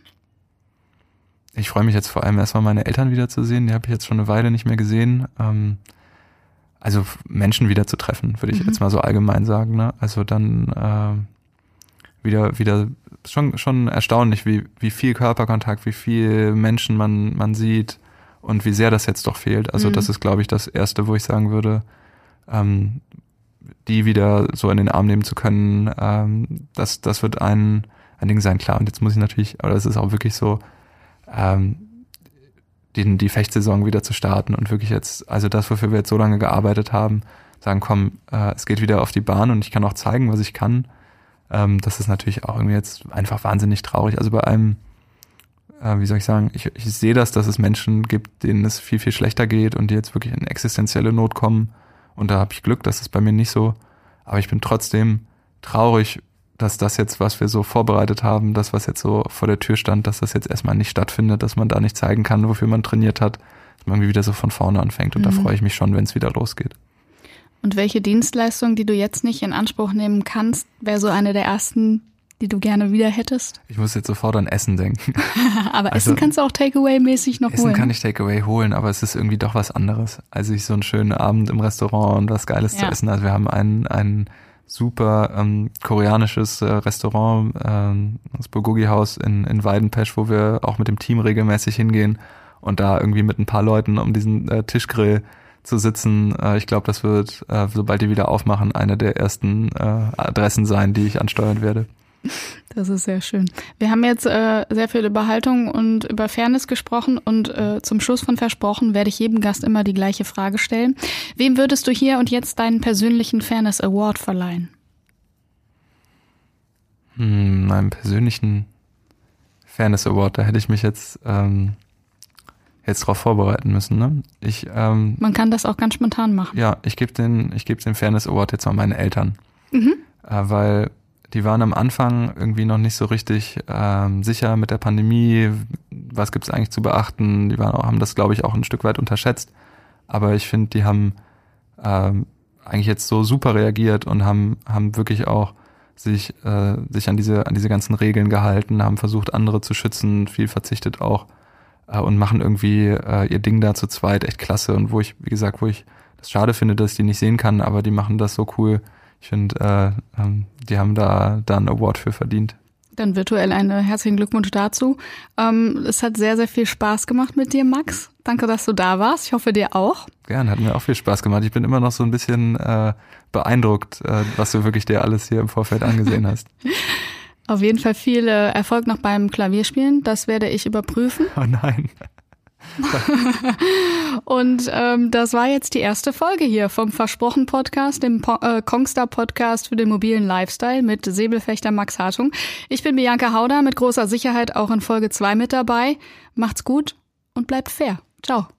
Ich freue mich jetzt vor allem erstmal meine Eltern wiederzusehen, die habe ich jetzt schon eine Weile nicht mehr gesehen. Ähm, also Menschen wieder zu treffen, würde ich mhm. jetzt mal so allgemein sagen. Ne? Also dann äh, wieder, wieder schon schon erstaunlich, wie wie viel Körperkontakt, wie viel Menschen man man sieht und wie sehr das jetzt doch fehlt. Also mhm. das ist, glaube ich, das Erste, wo ich sagen würde, ähm, die wieder so in den Arm nehmen zu können, ähm, das das wird ein ein Ding sein, klar. Und jetzt muss ich natürlich, aber es ist auch wirklich so, ähm, die, die Fechtsaison wieder zu starten und wirklich jetzt, also das, wofür wir jetzt so lange gearbeitet haben, sagen, komm, äh, es geht wieder auf die Bahn und ich kann auch zeigen, was ich kann. Ähm, das ist natürlich auch irgendwie jetzt einfach wahnsinnig traurig. Also bei allem, äh, wie soll ich sagen, ich, ich sehe das, dass es Menschen gibt, denen es viel, viel schlechter geht und die jetzt wirklich in existenzielle Not kommen und da habe ich Glück, das ist bei mir nicht so, aber ich bin trotzdem traurig, dass das jetzt, was wir so vorbereitet haben, das, was jetzt so vor der Tür stand, dass das jetzt erstmal nicht stattfindet, dass man da nicht zeigen kann, wofür man trainiert hat, dass man irgendwie wieder so von vorne anfängt. Und mhm. da freue ich mich schon, wenn es wieder losgeht. Und welche Dienstleistung, die du jetzt nicht in Anspruch nehmen kannst, wäre so eine der ersten, die du gerne wieder hättest? Ich muss jetzt sofort an Essen denken. Aber also, Essen kannst du auch Takeaway-mäßig noch Essen holen. Essen kann ich Takeaway holen, aber es ist irgendwie doch was anderes. Also ich so einen schönen Abend im Restaurant und was Geiles ja. zu essen. Also wir haben einen, einen super ähm, koreanisches äh, Restaurant, ähm, das Bulgogi-Haus in, in Weidenpesch, wo wir auch mit dem Team regelmäßig hingehen und da irgendwie mit ein paar Leuten um diesen äh, Tischgrill zu sitzen. Äh, ich glaube, das wird, äh, sobald die wieder aufmachen, eine der ersten äh, Adressen sein, die ich ansteuern werde. Das ist sehr schön. Wir haben jetzt äh, sehr viel über Haltung und über Fairness gesprochen und äh, zum Schluss von Versprochen werde ich jedem Gast immer die gleiche Frage stellen. Wem würdest du hier und jetzt deinen persönlichen Fairness Award verleihen? Hm, meinen persönlichen Fairness Award, da hätte ich mich jetzt ähm, jetzt drauf vorbereiten müssen. Ne? Ich ähm, Man kann das auch ganz spontan machen. Ja, ich gebe den, ich gebe den Fairness Award jetzt mal meinen Eltern, mhm. äh, weil die waren am Anfang irgendwie noch nicht so richtig ähm, sicher mit der Pandemie, was gibt's eigentlich zu beachten. Die waren auch, haben das, glaube ich, auch ein Stück weit unterschätzt. Aber ich finde, die haben ähm, eigentlich jetzt so super reagiert und haben haben wirklich auch sich äh, sich an diese an diese ganzen Regeln gehalten, haben versucht, andere zu schützen, viel verzichtet auch äh, und machen irgendwie äh, ihr Ding da zu zweit echt klasse. Und wo ich, wie gesagt, wo ich das schade finde, dass ich die nicht sehen kann, aber die machen das so cool. Ich finde, äh, ähm, die haben da, da einen Award für verdient. Dann virtuell einen herzlichen Glückwunsch dazu. Ähm, es hat sehr, sehr viel Spaß gemacht mit dir, Max. Danke, dass du da warst. Ich hoffe, dir auch. Gerne, hat mir auch viel Spaß gemacht. Ich bin immer noch so ein bisschen äh, beeindruckt, äh, was du wirklich dir alles hier im Vorfeld angesehen hast. Auf jeden Fall viel äh, Erfolg noch beim Klavierspielen. Das werde ich überprüfen. Oh nein. Und ähm, das war jetzt die erste Folge hier vom Versprochen Podcast, dem po- äh, Kongstar Podcast für den mobilen Lifestyle mit Säbelfechter Max Hartung. Ich bin Bianca Hauder, mit großer Sicherheit auch in Folge zwei mit dabei. Macht's gut und bleibt fair. Ciao.